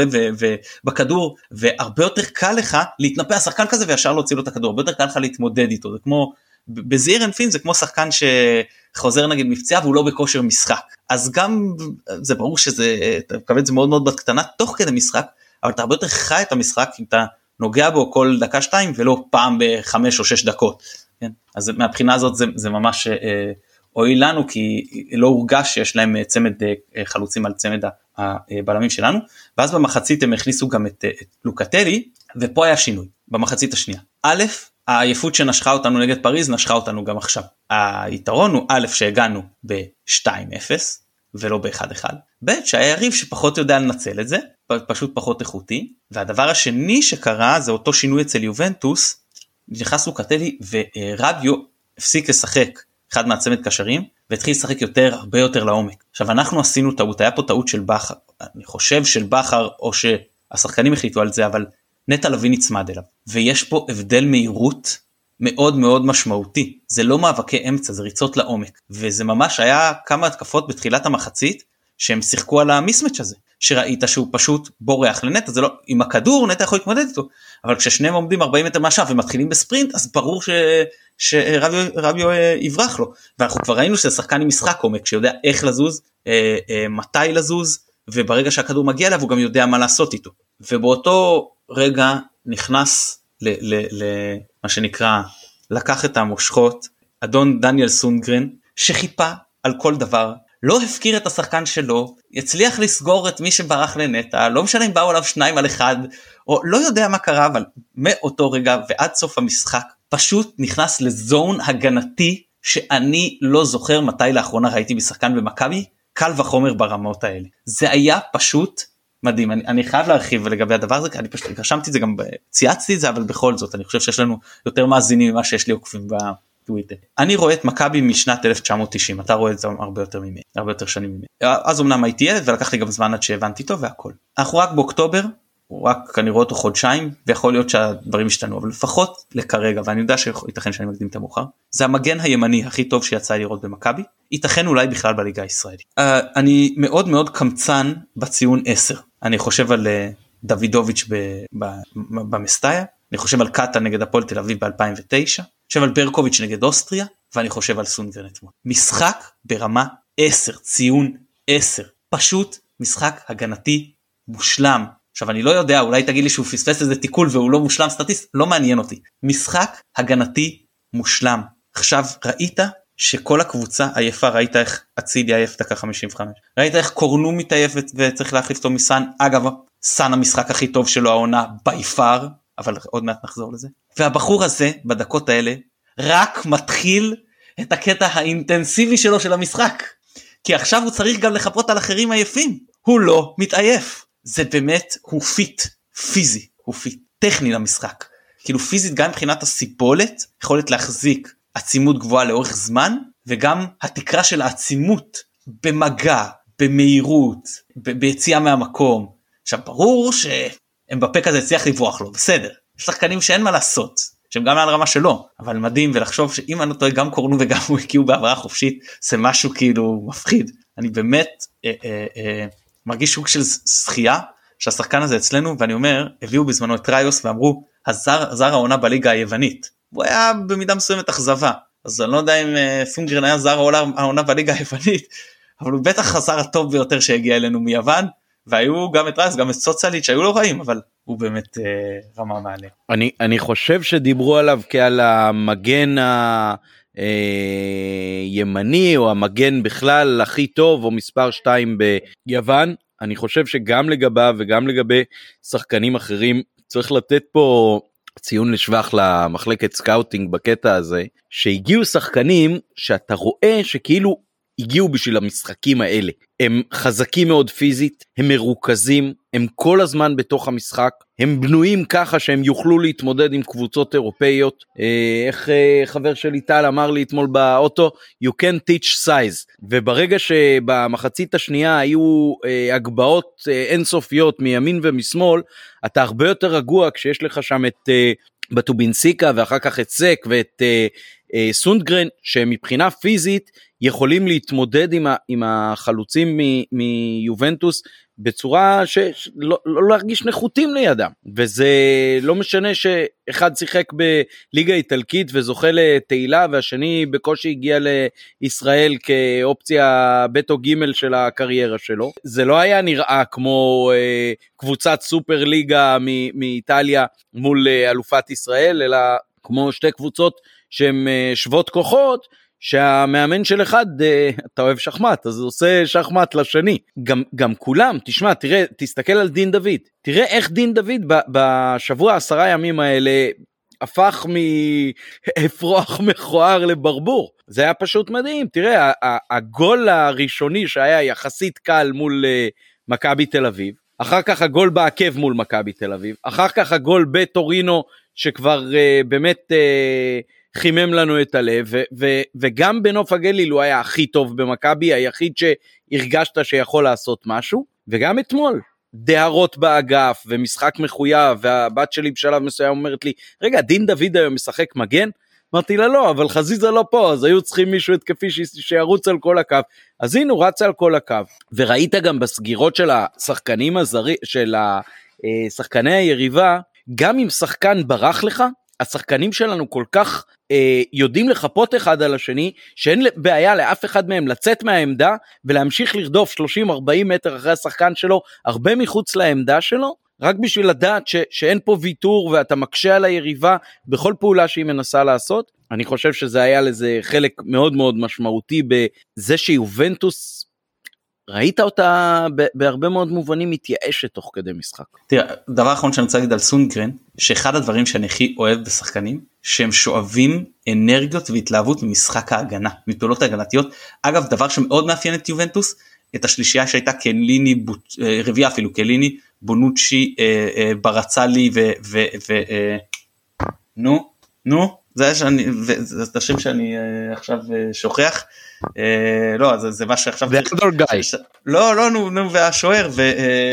בכדור, והרבה יותר קל לך להתנפע שחקן כזה וישר להוציא לו את הכדור, הרבה יותר קל לך להתמודד איתו, זה כמו, בזעיר אנפין זה כמו שחקן שחוזר נגיד מפציעה והוא לא בכושר משחק, אז גם זה ברור שזה, אתה מקבל את זה מאוד מאוד בקטנה תוך כדי משחק, אבל אתה הרבה יותר חי את המשחק אם אתה נוגע בו כל דקה שתיים ולא פעם בחמש או שש דקות, כן? אז מהבחינה הזאת זה, זה ממש אה, הועיל לנו, כי לא הורגש שיש להם צמד אה, חלוצים על צמד הבלמים שלנו, ואז במחצית הם הכניסו גם את, את לוקטלי, ופה היה שינוי, במחצית השנייה. א', העייפות שנשכה אותנו נגד פריז, נשכה אותנו גם עכשיו. היתרון הוא א', שהגענו ב-שתיים אפס, ולא ב-אחד אחד, ב', שהיה יריב שפחות יודע לנצל את זה, פשוט פחות איכותי, והדבר השני שקרה, זה אותו שינוי אצל יובנטוס, נכנס לוקטלי ורביו הפסיק לשחק אחד מהצמד קשרים, והתחיל לשחק יותר, הרבה יותר לעומק. עכשיו אנחנו עשינו טעות, היה פה טעות של בחר, אני חושב של בחר, או שהשחקנים החליטו על זה, אבל נטע לביא נצמד אליו, ויש פה הבדל מהירות מאוד מאוד משמעותי, זה לא מאבקי אמצע, זה ריצות לעומק, וזה ממש היה כמה התקפות בתחילת המחצית, שהם שיחקו על המיסמץ' הזה, שראית שהוא פשוט בורח לנטע, זה לא, עם הכדור נטע יכול להתמודד איתו, אבל כששניהם עומדים ארבעים מטר מהשאר ומתחילים בספרינט, אז ברור ש... שרביו יברח לו, ואנחנו כבר ראינו שזה שחקן עם משחק עומק, שיודע איך לזוז, מתי לזוז, וברגע שהכדור מגיע אליו, הוא גם יודע מה לעשות איתו, ובאותו רגע נכנס למה שנקרא, לקח את המושכות, אדון דניאל סונגרן, שחיפה על כל דבר, לא הפקיר את השחקן שלו, יצליח לסגור את מי שברח לנטע, לא משנה אם באו עליו שניים על אחד, או לא יודע מה קרה, אבל מאותו רגע ועד סוף המשחק, פשוט נכנס לזון הגנתי, שאני לא זוכר מתי לאחרונה ראיתי בשחקן במכבי, קל וחומר ברמות האלה. זה היה פשוט מדהים, אני, אני חייב להרחיב לגבי הדבר הזה, כי אני פשוט רשמתי את זה גם, צייצתי את זה, אבל בכל זאת, אני חושב שיש לנו יותר מאזינים ממה שיש לי עוקבים בטוויטר. אני רואה את מכבי משנת אלף תשע מאות תשעים, אתה רואה את זה הרבה יותר ממני, הרבה יותר שנים ממני. אז אמנם הייתי ילד, ולקח לי גם זמן עד שהבנתי טוב והכל. אנחנו רק באוקטובר, רק אני רואה אותו חודשיים, ויכול להיות שהדברים השתנו, אבל לפחות לכרגע, ואני יודע שייתכן שאני מקדים את המאוחר, זה המגן הימני הכי טוב שיצא לראות במכבי, ייתכן אולי בכלל בליגה הישראלית. Uh, אני מאוד מאוד קמצן בציון עשר, אני חושב על uh, דוידוביץ' במסטאיה, אני חושב על קאטה נגד הפועל תל אביב ב-אלפיים ותשע, אני חושב על ברקוביץ' נגד אוסטריה, ואני חושב על סונגרן אתמול. משחק ברמה עשר, ציון עשר, פשוט משחק הגנתי מושלם. עכשיו אני לא יודע, אולי תגיד לי שהוא פספס איזה תיקול והוא לא מושלם סטטיסט, לא מעניין אותי. משחק הגנתי מושלם. עכשיו ראית שכל הקבוצה עייפה, ראית איך אצילי עייף דקה חמישים וחמש, ראית איך קורנו מתעייף וצריך להחליף אותו מסן, אגב סן המשחק הכי טוב שלו העונה ביפר, אבל עוד מעט נחזור לזה. והבחור הזה בדקות האלה רק מתחיל את הקטע האינטנסיבי שלו של המשחק, כי עכשיו הוא צריך גם לחפות על אחרים עייפים, הוא לא מתעייף. זה באמת, הוא פיט, פיזי, הוא פיט, טכני למשחק. כאילו פיזית גם מבחינת הסיבולת, יכולת להחזיק עצימות גבוהה לאורך זמן, וגם התקרה של העצימות במגע, במהירות, ב- ביציאה מהמקום. עכשיו ברור שהם בפק הזה הצליח לברוח לו, בסדר. יש שחקנים שאין מה לעשות, שהם גם על רמה שלו, אבל מדהים, ולחשוב שאם אני לא טועה גם קורנו וגם הוא הגיעו בעברה חופשית, זה משהו כאילו מפחיד. אני באמת אה, אה, אה, מרגיש שוק של זכייה, שהשחקן הזה אצלנו, ואני אומר, הביאו בזמנו את טריוס ואמרו, הזר, זר העונה בליגה היוונית. הוא היה במידה מסוימת אכזבה, אז אני לא יודע אם סונגרן היה זר העונה בליגה היוונית, אבל הוא בטח הזר הטוב ביותר שהגיע אלינו מיוון, והיו גם את טריוס, גם את סוצליץ' שהיו לא רעים, אבל הוא באמת אה, רמה מעלה. אני, אני חושב שדיברו עליו כעל המגן הימני, או המגן בכלל הכי טוב, או מספר שתיים ביוון. אני חושב שגם לגביו וגם לגבי שחקנים אחרים, צריך לתת פה ציון לשבח למחלקת סקאוטינג בקטע הזה, שהגיעו שחקנים שאתה רואה שכאילו הגיעו בשביל המשחקים האלה. הם חזקים מאוד פיזית, הם מרוכזים, הם כל הזמן בתוך המשחק, הם בנויים ככה שהם יוכלו להתמודד עם קבוצות אירופאיות. איך חבר שלי טל אמר לי אתמול באוטו, you can teach size. וברגע שבמחצית השנייה היו הגבעות אינסופיות מימין ומשמאל, אתה הרבה יותר רגוע כשיש לך שם את בטובינסיקה ואחר כך את סק ואת סונדגרן, שמבחינה פיזית יכולים להתמודד עם, ה, עם החלוצים מיובנטוס בצורה שלא לא להרגיש נחותים לידם, וזה לא משנה שאחד שיחק בליגה איטלקית וזוכה לתהילה, והשני בקושי הגיע לישראל כאופציה בית או גימל של הקריירה שלו. זה לא היה נראה כמו אה, קבוצת סופר ליגה מ- מאיטליה מול אה, אלופת ישראל, אלא כמו שתי קבוצות שהן אה, שוות כוחות, שהמאמן של אחד, אתה אוהב שחמט, אז הוא עושה שחמט לשני. גם, גם כולם, תשמע, תראה, תסתכל על דין דוד, תראה איך דין דוד בשבוע עשרה ימים האלה, הפך מאפרוח מכוער לברבור. זה היה פשוט מדהים. תראה, הגול הראשוני שהיה יחסית קל מול מכבי תל אביב, אחר כך הגול בעקב מול מכבי תל אביב, אחר כך הגול בטורינו, שכבר באמת חימם לנו את הלב, ו- ו- וגם בנוף הגליל הוא היה הכי טוב במכבי, היחיד שהרגשת שיכול לעשות משהו, וגם אתמול, דהרות באגף, ומשחק מחויב, והבת שלי בשלב מסוים אומרת לי, רגע, דין דוד היום משחק מגן? אמרתי לה לא, אבל חזיזה לא פה, אז היו צריכים מישהו התקפי שירוץ על כל הקו, אז הנה הוא רץ על כל הקו, וראית גם בסגירות של השחקנים הזרי, של השחקני היריבה, גם אם שחקן ברח לך, השחקנים שלנו כל כך אה, יודעים לחפות אחד על השני, שאין בעיה לאף אחד מהם לצאת מהעמדה, ולהמשיך לרדוף שלושים ארבעים מטר אחרי השחקן שלו, הרבה מחוץ לעמדה שלו, רק בשביל לדעת ש, שאין פה ויתור, ואתה מקשה על היריבה, בכל פעולה שהיא מנסה לעשות. אני חושב שזה היה לזה חלק מאוד מאוד משמעותי, בזה שיובנטוס, ראית אותה בהרבה מאוד מובנים מתייאשת תוך כדי משחק. תראה, דבר אחרון שאני רוצה להגיד על סונגרן, שאחד הדברים שאני הכי אוהב בשחקנים, שהם שואבים אנרגיות והתלהבות ממשחק ההגנה, מפעולות ההגנתיות. אגב, דבר שמאוד מאפיין את יובנטוס, את השלישייה שהייתה קליני, רביעה אפילו, קליני, בונוצ'י, ברצלי ו... ו, ו נו, נו, זה השם שאני עכשיו שוכח. לא, זה מה שעכשיו... ואלדור גיא. לא, לא, נו, נו, והשוער, ו...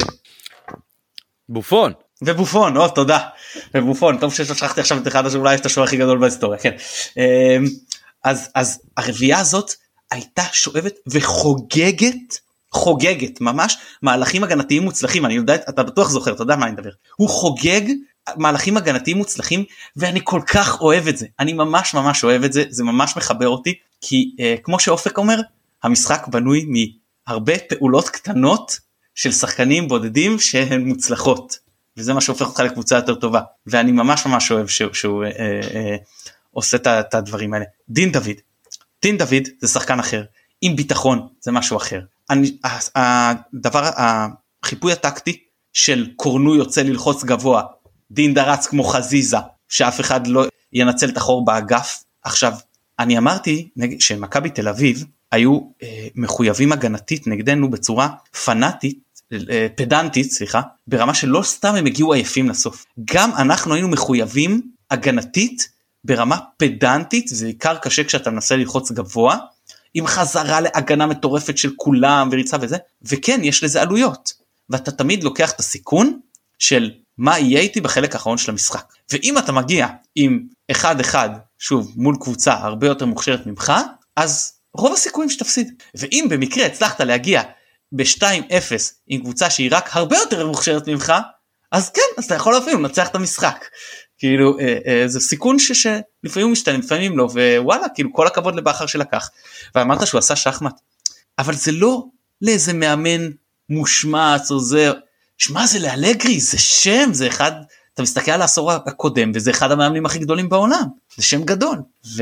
בופון. ובופון, או, תודה. ובופון, טוב ששכחתי עכשיו את אחד, אולי יש את השוער הכי גדול בהיסטוריה, כן. אז, אז הרביעה הזאת הייתה שואבת וחוגגת, חוגגת, ממש, מהלכים הגנתיים מוצלחים, אני יודע, אתה בטוח זוכר, אתה יודע מה אני מדבר. הוא חוגג מהלכים הגנתיים מוצלחים, ואני כל כך אוהב את זה. אני ממש ממש אוהב את זה, זה ממש מחבר אותי, כי אה, כמו שאופק אומר, המשחק בנוי מהרבה פעולות קטנות של שחקנים בודדים שהן מוצלחות, וזה מה שהופך אותך לקבוצה יותר טובה, ואני ממש ממש אוהב שהוא, שהוא אה, אה, עושה את הדברים האלה. דין דוד, דין דוד זה שחקן אחר, עם ביטחון זה משהו אחר. אני, הדבר, החיפוי הטקטי של קורנו יוצא ללחוץ גבוה, דין דרץ כמו חזיזה, שאף אחד לא ינצל את החור באגף. עכשיו, אני אמרתי שמכבי תל אביב היו אה, מחויבים הגנתית נגדנו בצורה פנאטית, אה, פדנטית, סליחה, ברמה שלא סתם הם הגיעו עייפים לסוף. גם אנחנו היינו מחויבים הגנתית ברמה פדנטית, זה עיקר קשה כשאתה מנסה ללחוץ גבוה, עם חזרה להגנה מטורפת של כולם וריצה וזה, וכן יש לזה עלויות, ואתה תמיד לוקח את הסיכון של מה יהיה איתי בחלק האחרון של המשחק, ואם אתה מגיע עם אחד אחד, שוב מול קבוצה הרבה יותר מוכשרת ממך, אז רוב הסיכויים שתפסיד, ואם במקרה הצלחת להגיע ב-שתיים אפס עם קבוצה שהיא רק הרבה יותר מוכשרת ממך, אז כן, אז אתה יכול אפילו לנצח את המשחק, כאילו אה, אה, זה סיכון ש, שלפעמים משתנים, לפעמים לא, ווואלה, כאילו כל הכבוד לבחר שלקח, ואמרת שהוא עשה שחמט, אבל זה לא לאיזה מאמן מושמץ או זה, שמה זה לאלגרי, זה שם, זה אחד, אתה מסתכל על העשור הקודם, וזה אחד המאמנים הכי גדולים בעולם, זה שם גדול,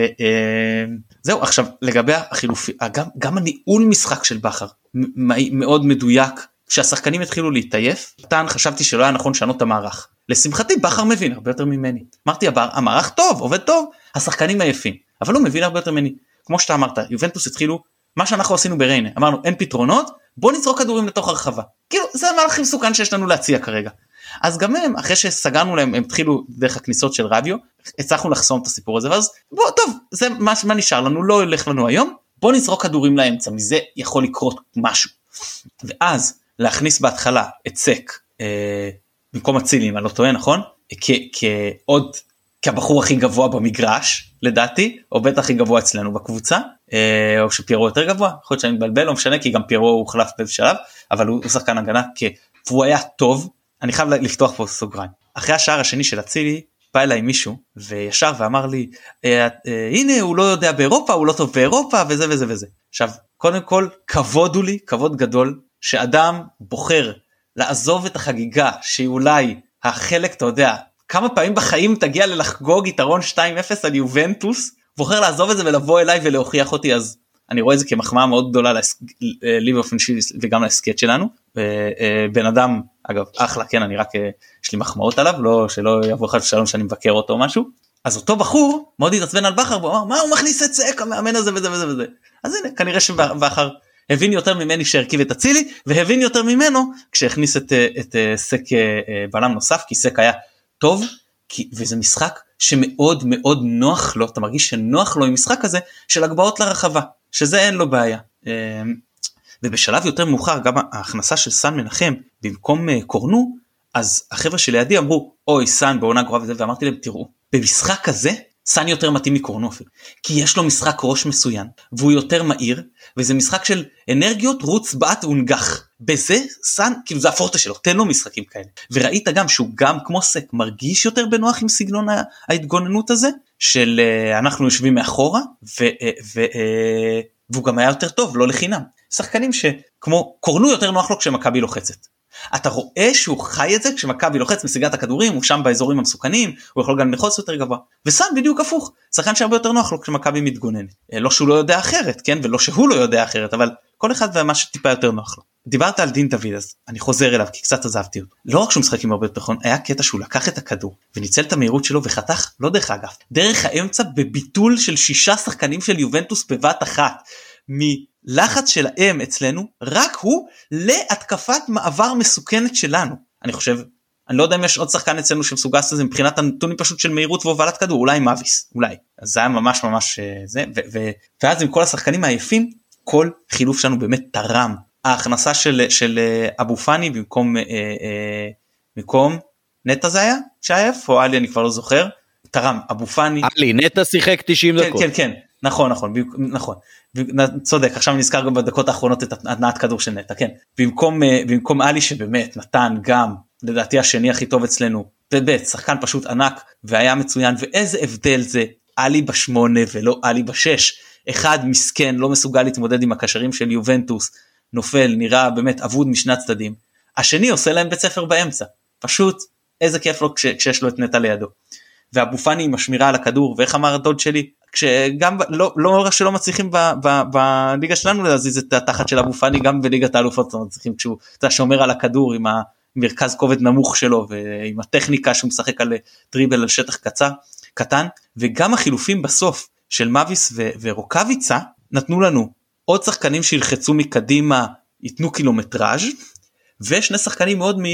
וזהו, אה, עכשיו לגבי החילופי, גם, גם הניהול משחק של בחר, מאוד מדויק, כשהשחקנים התחילו להתעייף, פתן חשבתי שלא היה נכון לשנות את המערך. לשמחתי בחר מבין הרבה יותר ממני. אמרתי, המערך טוב, עובד טוב, השחקנים עייפים, אבל הוא מבין הרבה יותר ממני. כמו שאתה אמרת, יובנטוס התחילו, מה שאנחנו עשינו בריינה, אמרנו אין פתרונות, בוא נזרוק כדורים לתוך הרחבה. כאילו זה המערך הכי מסוכן שיש לנו להציע כרגע. אז גם הם, אחרי שסגרנו להם, הם התחילו דרך הכניסות של רדיו, הצלחנו לחסום את הסיפור הזה, ואז בוא, טוב, זה מה, מה נשאר לנו, לא ילך לנו היום, בוא נזרוק כדורים לאמצע, מזה יכול לקרות משהו. ואז להכניס בהתחלה את סק, אה, במקום הצילים, אני לא טועה, נכון? כעוד, כבחור הכי גבוה במגרש, לדעתי, או בטח הכי גבוה אצלנו בקבוצה, אה, או שפיירו יותר גבוה, יכול להיות שאני מבלבל, לא משנה, כי גם פיירו הוא חלף באיזה שלב, אבל הוא, הוא שחקן הגנה, והוא היה טוב, אני חייב לפתוח פה סוגריים. אחרי השער השני של הצילי, בא אליי מישהו, וישר ואמר לי, אה, אה, הנה הוא לא יודע באירופה, הוא לא טוב באירופה, וזה וזה וזה. עכשיו, קודם כל, כבוד הוא לי, כבוד גדול, שאדם בוחר לעזוב את החגיגה, שהיא אולי החלק, אתה יודע, כמה פעמים בחיים תגיע ללחגוג יתרון שתיים אפס על יובנטוס, בוחר לעזוב את זה ולבוא אליי ולהוכיח אותי, אז אני רואה את זה כמחמאה מאוד גדולה לי באופן אישי וגם להסקט שלנו. בן אדם, אגב, אחלה, כן, אני רק, יש לי מחמאות עליו, לא, שלא יבוא אחד שלום שאני מבקר אותו או משהו. אז אותו בחור מאוד התעצבן על בחר, והוא אמר, מה הוא מכניס את סק, המאמן הזה וזה וזה וזה. אז הנה, כנראה שבחר הבין יותר ממני שהרכיב את הצילי, והבין יותר ממנו כשהכניס את, את סק בלם נוסף, כי סק היה טוב, כי, וזה משחק שמאוד מאוד נוח לו, אתה מרגיש שנוח לו עם משחק הזה, של הגבעות לרחבה, שזה אין לו בעיה. ובשלב יותר מאוחר, גם ההכנסה של סן מנחם, במקום קורנו, אז החבר'ה שלידי אמרו, אוי סן בעונה גרועה וזה, ואמרתי להם, תראו, במשחק הזה, סן יותר מתאים מקורנו אפילו, כי יש לו משחק ראש מסוין, והוא יותר מהיר, וזה משחק של אנרגיות, רוץ, בעת ונגח. בזה סן, כאילו זה הפורטה שלו, תן לו משחקים כאלה. וראית גם שהוא גם כמו סק, מרגיש יותר בנוח עם סגנון ההתגוננות הזה, של אנחנו יושבים מאחורה, ו, ו, והוא גם היה יותר טוב, לא לחינם. שחקנים שכמו קורנו יותר נוח לו כשמכבי לוחצת. אתה רואה שהוא חי את זה כשמכבי לוחץ משיגת הכדורים, הוא שם באזורים המסוכנים, הוא יכול גם לחוץ יותר גבוה, וסן בדיוק הפוך, שחקן שהרבה יותר נוח לו כשמכבי מתגוננת, לא שהוא לא יודע אחרת, כן, ולא שהוא לא יודע אחרת, אבל כל אחד ומה שטיפה יותר נוח לו. דיברת על דין דוד, אז אני חוזר אליו, כי קצת עזבתי אותו. לא רק שהוא משחק עם הרבה ביטחון, היה קטע שהוא לקח את הכדור, וניצל את המהירות שלו וחתך, לא דרך אגב, דרך האמצע בביטול של שישה שחקנים של יובנטוס בבת אחת, מלחץ שלהם אצלנו, רק הוא להתקפת מעבר מסוכנת שלנו. אני חושב, אני לא יודע אם יש עוד שחקן אצלנו שמסוגל לעשות זה, מבחינת הנתונים פשוט של מהירות והובלת כדור, אולי מאביס, אולי. אז זה היה ממש ממש זה, ו- ו- ואז עם כל השחקנים העייפים, כל חילוף שלנו באמת תרם. ההכנסה של, של אבו פני במקום, אה, אה, במקום נטה זה היה? שעייף? או אלי אני כבר לא זוכר. תרם, אבו פני. אלי, נטה שיחק תשעים כן, דקות. כן, כן, נכון, נכון, נכון. צודק, עכשיו נזכר גם בדקות האחרונות את התנעת כדור של נטה, כן. במקום, במקום אלי שבאמת נתן גם, לדעתי השני הכי טוב אצלנו, באמת, שחקן פשוט ענק, והיה מצוין, ואיזה הבדל זה, אלי בשמונה ולא אלי בשש. אחד מסכן, לא מסוגל להתמודד עם הקשרים של יובנטוס, נופל, נראה באמת אבוד משני הצדדים. השני עושה להם בית ספר באמצע. פשוט, איזה כיף לו כש, כשיש לו את נטה לידו. ואבו פני עם השמירה על הכדור, ואיך אמר הדוד שלי, כשגם לא, לא רק שלא מצליחים בליגה שלנו להזיז את התחת של אבו פני, גם בליגת האלופות לא מצליחים, כשהוא שומר על הכדור עם המרכז כובד נמוך שלו, ועם הטכניקה שהוא משחק על דריבל על שטח קצר, קטן, וגם החילופים בסוף של מאביס ו- ורוקביצה, נתנו לנו עוד שחקנים שילחצו מקדימה, ייתנו קילומטראז' ושני שחקנים מאוד מהירים,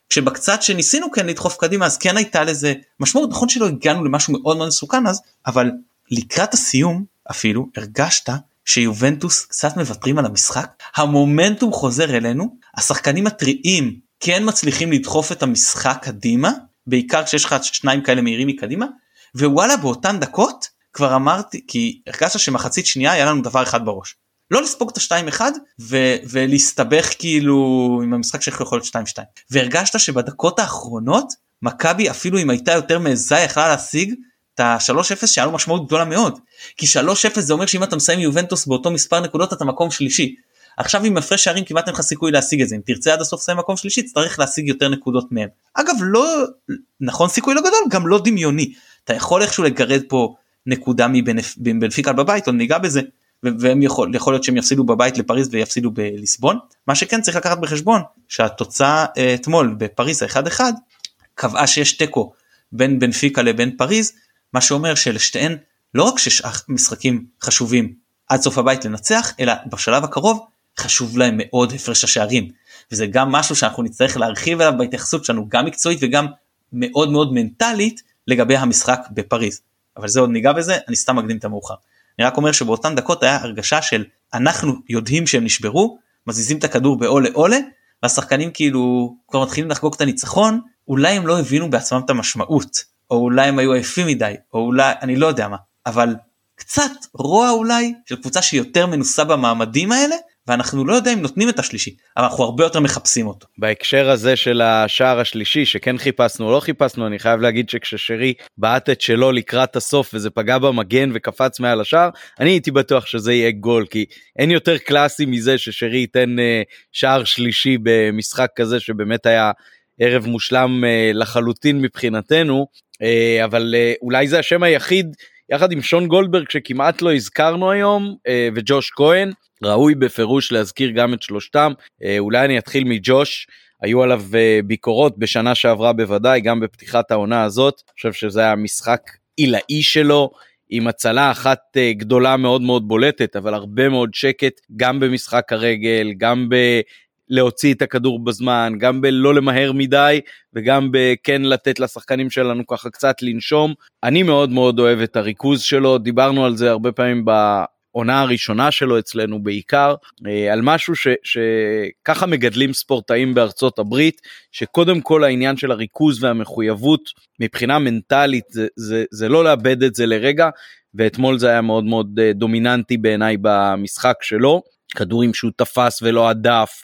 כשבקצת שניסינו כן לדחוף קדימה, אז כן הייתה לזה משמעות, נכון שלא הגענו למשהו מאוד מאוד מסוכן אז, אבל לקראת הסיום אפילו הרגשת שיובנטוס קצת מוותרים על המשחק, המומנטום חוזר אלינו, השחקנים הטריים כן מצליחים לדחוף את המשחק קדימה, בעיקר כשיש לך שניים כאלה מהירים מקדימה, ווואלה באותן דקות כבר אמרתי, כי הרגשת שמחצית שנייה היה לנו דבר אחד בראש, לא לספוג את השתיים אחד ו- ולהסתבך כאילו עם המשחק שיכול להיות שתיים שתיים, והרגשת שבדקות האחרונות מכבי אפילו אם הייתה יותר מעזה יכלה להשיג את ה-שלוש אפס שהיה לו משמעות גדולה מאוד, כי שלוש אפס זה אומר שאם אתה מסיים יובנטוס באותו מספר נקודות אתה מקום שלישי, עכשיו עם הפרש שערים כמעט אין לך סיכוי להשיג את זה, אם תרצה עד הסוף לסיים מקום שלישי צריך להשיג יותר נקודות מהם, אגב לא נכון סיכוי לא גדול, גם לא דמיוני, אתה יכול איכשהו לגרד פה נקודה מבנפיקה בבית, או ניגע בזה, והם יכול, יכול להיות שהם יפסידו בבית לפריז ויפסידו בליסבון, מה שכן צריך לקחת בחשבון, שהתוצאה אתמול בפריז ה-אחד אחד, קבעה שיש טקו בין בנפיקה לבין פריז, מה שאומר שלשתיהן לא רק שיש משחקים חשובים עד סוף הבית לנצח, אלא בשלב הקרוב חשוב להם מאוד הפרש השערים, וזה גם משהו שאנחנו נצטרך להרחיב עליו בהתייחסות שלנו, גם מקצועית וגם מאוד מאוד מנטלית לגבי המשחק בפריז, אבל זה עוד ניגע בזה, אני סתם מקדים את המאוחר. אני רק אומר שבאותן דקות היה הרגשה של אנחנו יודעים שהם נשברו, מזיזים את הכדור בעולה עולה, והשחקנים כאילו כבר מתחילים לחגוג את הניצחון, אולי הם לא הבינו בעצמם את המשמעות, או אולי הם היו עייפים מדי, או אולי, אני לא יודע מה, אבל קצת רוע אולי של קבוצה שיותר מנוסה במעמדים האלה, ואנחנו לא יודעים אם נותנים את השלישי, אבל אנחנו הרבה יותר מחפשים אותו. בהקשר הזה של השער השלישי, שכן חיפשנו או לא חיפשנו, אני חייב להגיד שכששרי בעט את שלו לקראת הסוף, וזה פגע במגן וקפץ מעל השער, אני הייתי בטוח שזה יהיה גול, כי אין יותר קלאסי מזה ששרי ייתן שער שלישי במשחק כזה, שבאמת היה ערב מושלם לחלוטין מבחינתנו, אבל אולי זה השם היחיד, יחד עם שון גולדברג שכמעט לא הזכרנו היום, וג'וש כהן, ראוי בפירוש להזכיר גם את שלושתם, אולי אני אתחיל מג'וש, היו עליו ביקורות בשנה שעברה בוודאי, גם בפתיחת העונה הזאת, אני חושב שזה היה משחק עילאי שלו, עם הצלה אחת גדולה מאוד מאוד בולטת, אבל הרבה מאוד שקט, גם במשחק הרגל, גם ב... להוציא את הכדור בזמן, גם בלא למהר מדי, וגם בכן לתת לשחקנים שלנו ככה קצת לנשום. אני מאוד מאוד אוהב את הריכוז שלו, דיברנו על זה הרבה פעמים בעונה הראשונה שלו אצלנו בעיקר, על משהו ש, שככה מגדלים ספורטאים בארצות הברית, שקודם כל העניין של הריכוז והמחויבות, מבחינה מנטלית, זה, זה, זה לא לאבד את זה לרגע, ואתמול זה היה מאוד מאוד דומיננטי בעיניי במשחק שלו, כדורים שהוא תפס ולא עדף,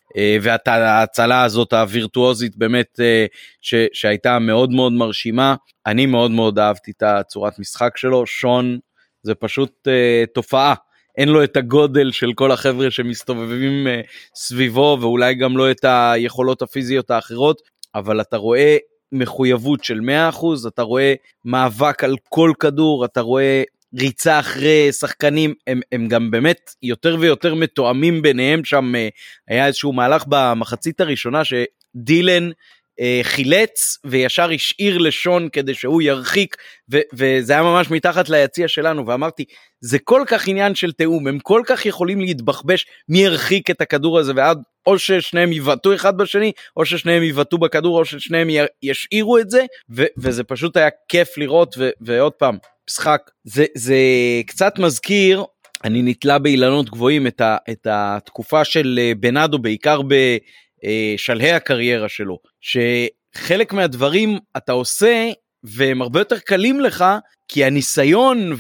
וההצלה הזאת הווירטואוזית באמת ש, שהייתה מאוד מאוד מרשימה, אני מאוד מאוד אהבתי את הצורת משחק שלו, שון זה פשוט תופעה, אין לו את הגודל של כל החבר'ה שמסתובבים סביבו, ואולי גם לא את היכולות הפיזיות האחרות, אבל אתה רואה מחויבות של מאה אחוז, אתה רואה מאבק על כל כדור, אתה רואה ריצה אחרי שחקנים, הם, הם גם באמת יותר ויותר מתואמים ביניהם, שם היה איזשהו מהלך במחצית הראשונה, שדילן אה, חילץ, וישר השאיר לשון כדי שהוא ירחיק, ו, וזה היה ממש מתחת ליציע שלנו, ואמרתי, זה כל כך עניין של תאום, הם כל כך יכולים להתבחבש, מי ירחיק את הכדור הזה, ועד או ששניהם יבטאו אחד בשני, או ששניהם יבטאו בכדור, או ששניהם ישאירו את זה, ו, וזה פשוט היה כיף לראות, ו, ועוד פעם, משחק, זה, זה קצת מזכיר, אני נתלה באילנות גבוהים את, ה, את התקופה של בנאדו, בעיקר בשלהי הקריירה שלו, שחלק מהדברים אתה עושה, והם הרבה יותר קלים לך, כי הניסיון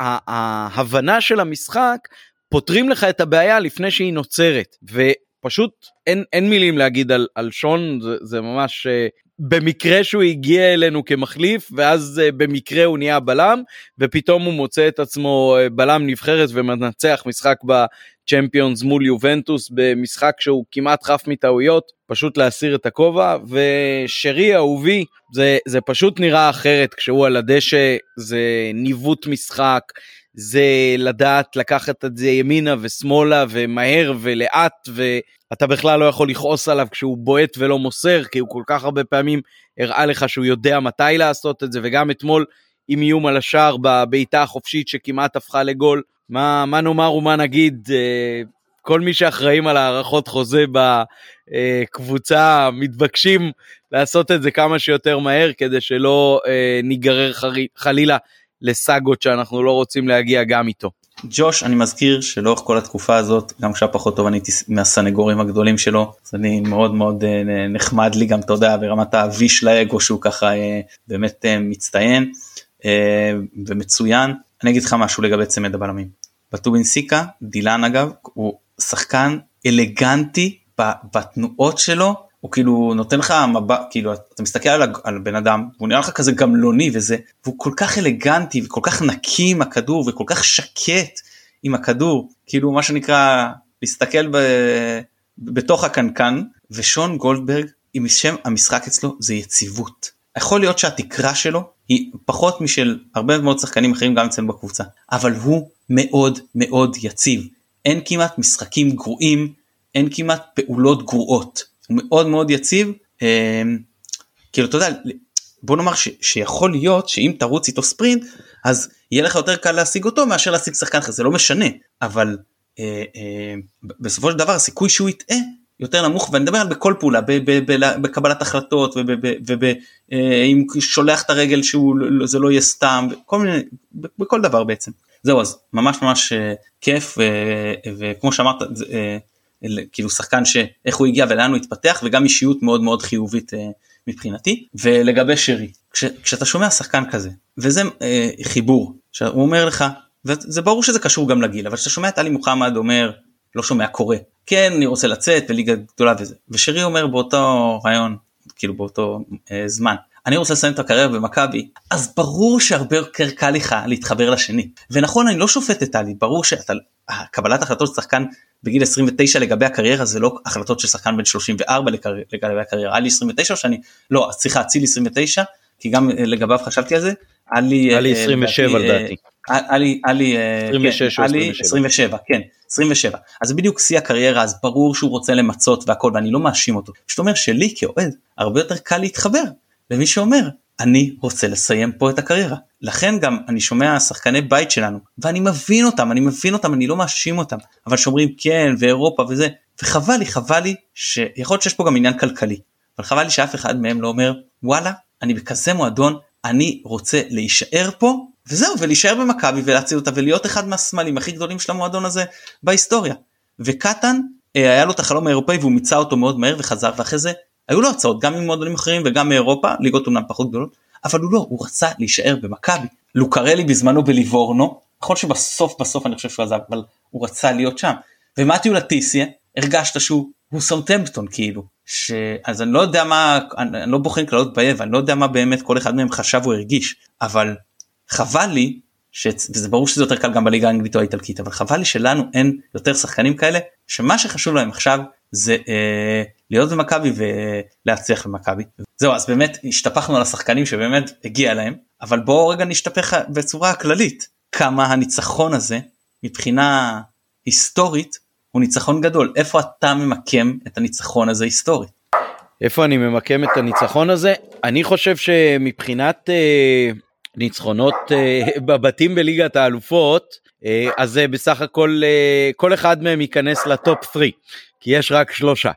וההבנה של המשחק, פותרים לך את הבעיה לפני שהיא נוצרת, ופשוט אין, אין מילים להגיד על, על שון, זה, זה ממש... במקרה שהוא הגיע אלינו כמחליף, ואז במקרה הוא נהיה בלם, ופתאום הוא מוצא את עצמו בלם נבחרת, ומנצח משחק בצ'מפיונס מול יובנטוס, במשחק שהוא כמעט חף מטעויות, פשוט להסיר את הכובע, ושרי אהובי, זה, זה פשוט נראה אחרת, כשהוא על הדשא, זה ניווט משחק, זה לדעת לקחת את זה ימינה ושמאלה, ומהר ולאט, ואתה בכלל לא יכול לכעוס עליו כשהוא בועט ולא מוסר, כי הוא כל כך הרבה פעמים הראה לך שהוא יודע מתי לעשות את זה, וגם אתמול עם איום על השער בביתה החופשית שכמעט הפכה לגול, מה, מה נאמר ומה נגיד, כל מי שאחראים על הערכות חוזה בקבוצה מתבקשים לעשות את זה כמה שיותר מהר, כדי שלא אה, ניגרר חרי, חלילה לסאגות שאנחנו לא רוצים להגיע גם איתו. ג'וש, אני מזכיר שלאורך כל התקופה הזאת, גם כשהיה פחות טוב, אני הייתי מהסנגורים הגדולים שלו, אז אני מאוד מאוד נחמד לי גם, תודה, ברמת האביש לאגו, שהוא ככה באמת מצטיין ומצוין. אני אגיד לך משהו לגבי צמד הבלמים. בטובינסיקה, דילן אגב, הוא שחקן אלגנטי בתנועות שלו, הוא כאילו נותן לך מבט, כאילו אתה מסתכל על, על בן אדם, והוא נראה לך כזה גמלוני וזה, והוא כל כך אלגנטי וכל כך נקי עם הכדור, וכל כך שקט עם הכדור, כאילו מה שנקרא, להסתכל ב, בתוך הקנקן, ושון גולדברג, עם שם המשחק אצלו, זה יציבות. יכול להיות שהתקרה שלו, היא פחות משל הרבה מאוד שחקנים אחרים גם אצלנו בקבוצה, אבל הוא מאוד מאוד יציב, אין כמעט משחקים גרועים, אין כמעט פעולות גרועות, הוא מאוד מאוד יציב, אה, כאילו אתה יודע, בוא נאמר ש, שיכול להיות שאם תרוץ איתו ספרינט, אז יהיה לך יותר קל להשיג אותו, מאשר להשיג שחקן אחר, זה לא משנה, אבל אה, אה, בסופו של דבר הסיכוי שהוא יטעה, יותר נמוך, ואני מדבר על בכל פעולה, ב, ב, ב, בקבלת החלטות, ואם שולח את הרגל שזה לא יהיה סתם, כל מיני, בכל דבר בעצם. זהו, אז ממש ממש כיף, וכמו שאמרת, כאילו שחקן שאיך הוא הגיע ולאן הוא התפתח, וגם אישיות מאוד מאוד חיובית מבחינתי. ולגבי שרי, כש, כשאתה שומע שחקן כזה, וזה חיבור, שהוא אומר לך, וזה ברור שזה קשור גם לגיל, אבל כשאתה שומע את עלי מוחמד אומר, לא שומע קורא, כן אני רוצה לצאת וליגה גדולה וזה, ושרי אומר באותו רעיון, כאילו באותו אה, זמן, אני רוצה לסיים את הקריירה במכבי, אז ברור שהרבה יותר קל לך להתחבר לשני, ונכון אני לא שופט את עלי, ברור שקבלת החלטות שחקן בגיל עשרים ותשע לגבי הקריירה, זה לא החלטות של שחקן בן שלושים וארבע לגבי הקריירה, עלי עשרים ותשע או שאני, לא, צריכה אציל עשרים ותשע, כי גם לגביו חשבתי על זה, עלי עשרים ושבע לדעתי. עלי, עלי, עשרים ושבע, כן, עשרים ושבע. אז זה בדיוק שיא הקריירה, אז ברור שהוא רוצה למצות והכל, ואני לא מאשים אותו. זאת אומרת שלי כאוהד, הרבה יותר קל להתחבר למי שאומר, אני רוצה לסיים פה את הקריירה. לכן גם אני שומע שחקני בית שלנו, ואני מבין אותם, אני מבין אותם, אני לא מאשים אותם, אבל שאומרים כן, ואירופה וזה, וחבל לי, חבל לי, שיכול להיות שיש פה גם עניין כלכלי, אבל חבל לי שאף אחד מהם לא אומר, וואלה, אני בכזה מועדון, אני רוצה להישאר פה, וזהו, ולהישאר במכבי ולהציל אותה, ולהיות אחד מהסמלים הכי גדולים של המועדון הזה בהיסטוריה. וקטן, היה לו את החלום האירופאי, והוא מיצה אותו מאוד מהר וחזר, ואחרי זה, היו לו הצעות, גם עם מועדונים אחרים וגם מאירופה, ליגות אומנם פחות גדולות, אבל הוא לא, הוא רצה להישאר במכבי. לוקרלי בזמנו בליבורנו, נכון שבסוף בסוף אני חושב שהוא עזב, אבל הוא רצה להיות שם. ומתיו לטיסיה, הרגשת שהוא, הוא סאות'המפטון כאילו, ש... אז אני לא יודע מה, אני, אני לא בוחן כללות באב, אני לא יודע מה באמת כל אחד מהם חשב או הרגיש, אבל חבל לי, ש... וזה ברור שזה יותר קל גם בליגה האנגלית או האיטלקית, אבל חבל לי שלנו אין יותר שחקנים כאלה, שמה שחשוב להם עכשיו זה אה, להיות במכבי ולהצליח במכבי. זהו, אז באמת השתפכנו על השחקנים שבאמת הגיע להם, אבל בואו רגע נשתפך בצורה הכללית, כמה הניצחון הזה מבחינה היסטורית הוא ניצחון גדול. איפה אתה ממקם את הניצחון הזה היסטורית? איפה אני ממקם את הניצחון הזה? אני חושב שמבחינת אה, ניצחונות אה, בבתים בליגת האלופות, אה, אז זה בסך הכל, אה, כל אחד מהם ייכנס לטופ שלוש, כי יש רק שלושה.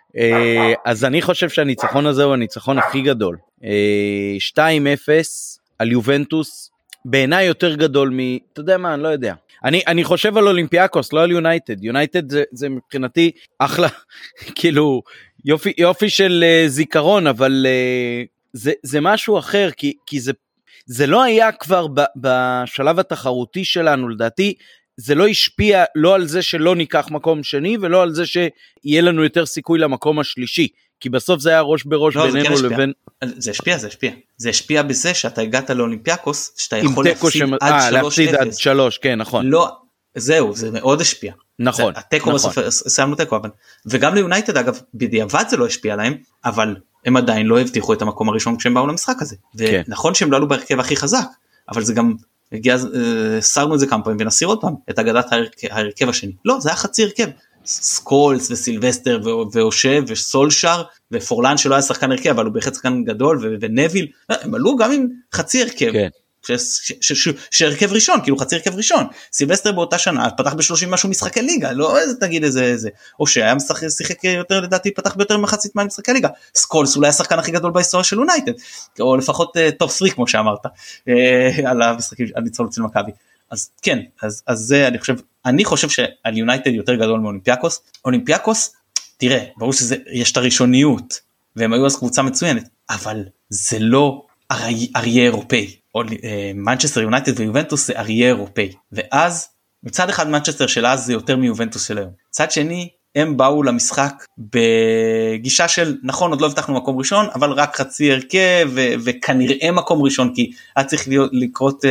אה, אז אני חושב שהניצחון הזה הוא הניצחון הכי גדול. אה, שתיים אפס על יובנטוס, בעיניי יותר גדול מ... אתה יודע מה, אני לא יודע. אני, אני חושב על אולימפיאקוס, לא על יונייטד. יונייטד זה, זה מבחינתי אחלה, כאילו, יופי, יופי של uh, זיכרון, אבל uh, זה, זה משהו אחר, כי, כי זה, זה לא היה כבר ב, בשלב התחרותי שלנו, לדעתי, זה לא השפיע לא על זה שלא ניקח מקום שני, ולא על זה שיהיה לנו יותר סיכוי למקום השלישי, כי בסוף זה היה ראש בראש לא, בינינו זה כן לבין... זה השפיע, זה השפיע. זה השפיע בזה שאתה הגעת לאולימפיאקוס, שאתה יכול להפסיד שמ... עד 아, שלוש אפס. עד שלוש, כן, נכון. לא, זהו, זה מאוד השפיע. נכון. זה, התיקו נכון. בסוף, סיימנו תיקו, אבל... וגם ליונייטד, אגב, בדיעבד זה לא השפיע להם, אבל הם עדיין לא הבטיחו את המקום הראשון כשהם באו למשחק הזה. כן. ונכון שהם לא עלו בהרכב הכי חזק, אבל זה גם... הגיע, שרנו את זה כמה פעמים ונסיר עוד פעם את אגדת ההרכב השני. לא, זה היה חצי הרכב. סקולס וסילבסטר ואושב וסולשר ופורלן שלא היה שחקן הרכב, אבל הוא בהחלט שחקן גדול ונביל, הם עלו גם עם חצי הרכב. שהרכב ראשון, כאילו חצי הרכב ראשון, סילבסטר באותה שנה פתח ב-שלושים משהו משחקי ליגה, לא איזה תגיד איזה איזה, או שהיה שיחק יותר לדעתי, פתח ביותר מחצית מהמשחקי ליגה, סקולס אולי השחקן הכי גדול בהיסטוריה של יונייטד, או לפחות טופ שלוש כמו שאמרת, על המשחקים, על ניצחונות של מכבי. אז כן, אז, אז זה אני חושב, אני חושב שעל יונייטד יותר גדול מאולימפיאקוס, אולימפיאקוס, תראה, ברור שיש את הראשוניות, והם היו אז קבוצה מצוינת, אבל זה לא אריה אירופאי, מנצ'סטר יונייטד ויובנטוס זה אריה אירופאי, ואז מצד אחד מנצ'סטר של אז זה יותר מיובנטוס של היום, מצד שני הם באו למשחק בגישה של נכון עוד לא הבטחנו מקום ראשון, אבל רק חצי הרכב וכנראה מקום ראשון, כי היה צריך לקרות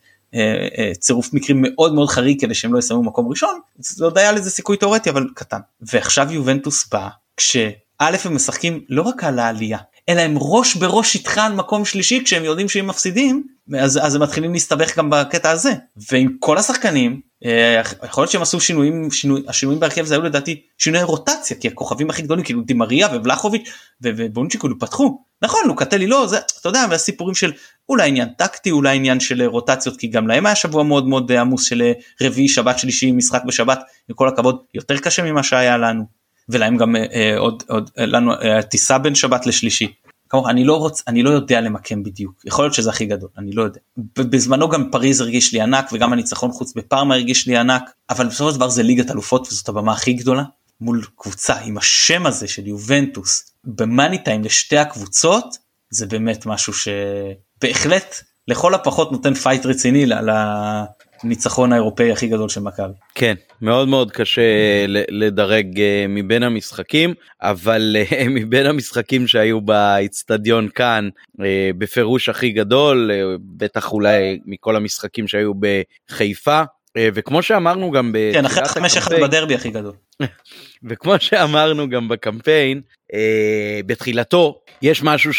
צירוף מקרים מאוד מאוד חריג כדי שהם לא יסיימו מקום ראשון, זה עוד היה לזה סיכוי תיאורטי אבל קטן, ועכשיו יובנטוס בא כשא' הם משחקים לא רק על העלייה, אלא הם ראש בראש שטחן מקום שלישי, כשהם יודעים שהם מפסידים, אז, אז הם מתחילים להסתבך גם בקטע הזה, ועם כל השחקנים, יכול להיות שהם עשו שינויים, שינוי, השינויים בהרכב זה היו לדעתי שינוי רוטציה, כי הכוכבים הכי גדולים, כאילו דימריה ובלחוביץ' ובונצ'יק, כאילו פתחו, נכון, לוקטלי לא, זה, אתה יודע, והסיפורים של אולי עניין טקטי, אולי עניין של רוטציות, כי גם להם היה שבוע מאוד מאוד עמוס של רביעי, שבת, שלישי, משחק בשבת, עם כל הכבוד, יותר קשה ממה שהיה לנו, ולהם גם אה, עוד, עוד, לנו אה, טיסה בין שבת לשלישי. כמובן, אני לא רוצ, אני לא יודע למקם בדיוק, יכול להיות שזה הכי גדול, אני לא יודע. בזמנו גם פריז הרגיש לי ענק, וגם הניצחון חוץ בפארמה הרגיש לי ענק, אבל בסופו של דבר זה ליגת אלופות, וזאת הבמה הכי גדולה, מול קבוצה עם השם הזה של יובנטוס, במאני טיים לשתי הקבוצות, זה באמת משהו שבהחלט, לכל הפחות נותן פייט רציני ל... ניצחון האירופאי הכי גדול של מכבי. כן, מאוד מאוד קשה לדרג מבין המשחקים, אבל מבין המשחקים שהיו באצטדיון כאן, בפירוש הכי גדול, בטח אולי מכל המשחקים שהיו בחיפה, וכמו שאמרנו גם כן, אחרי חמש אחד בדרבי הכי גדול. וכמו שאמרנו גם בקמפיין, בתחילתו, יש משהו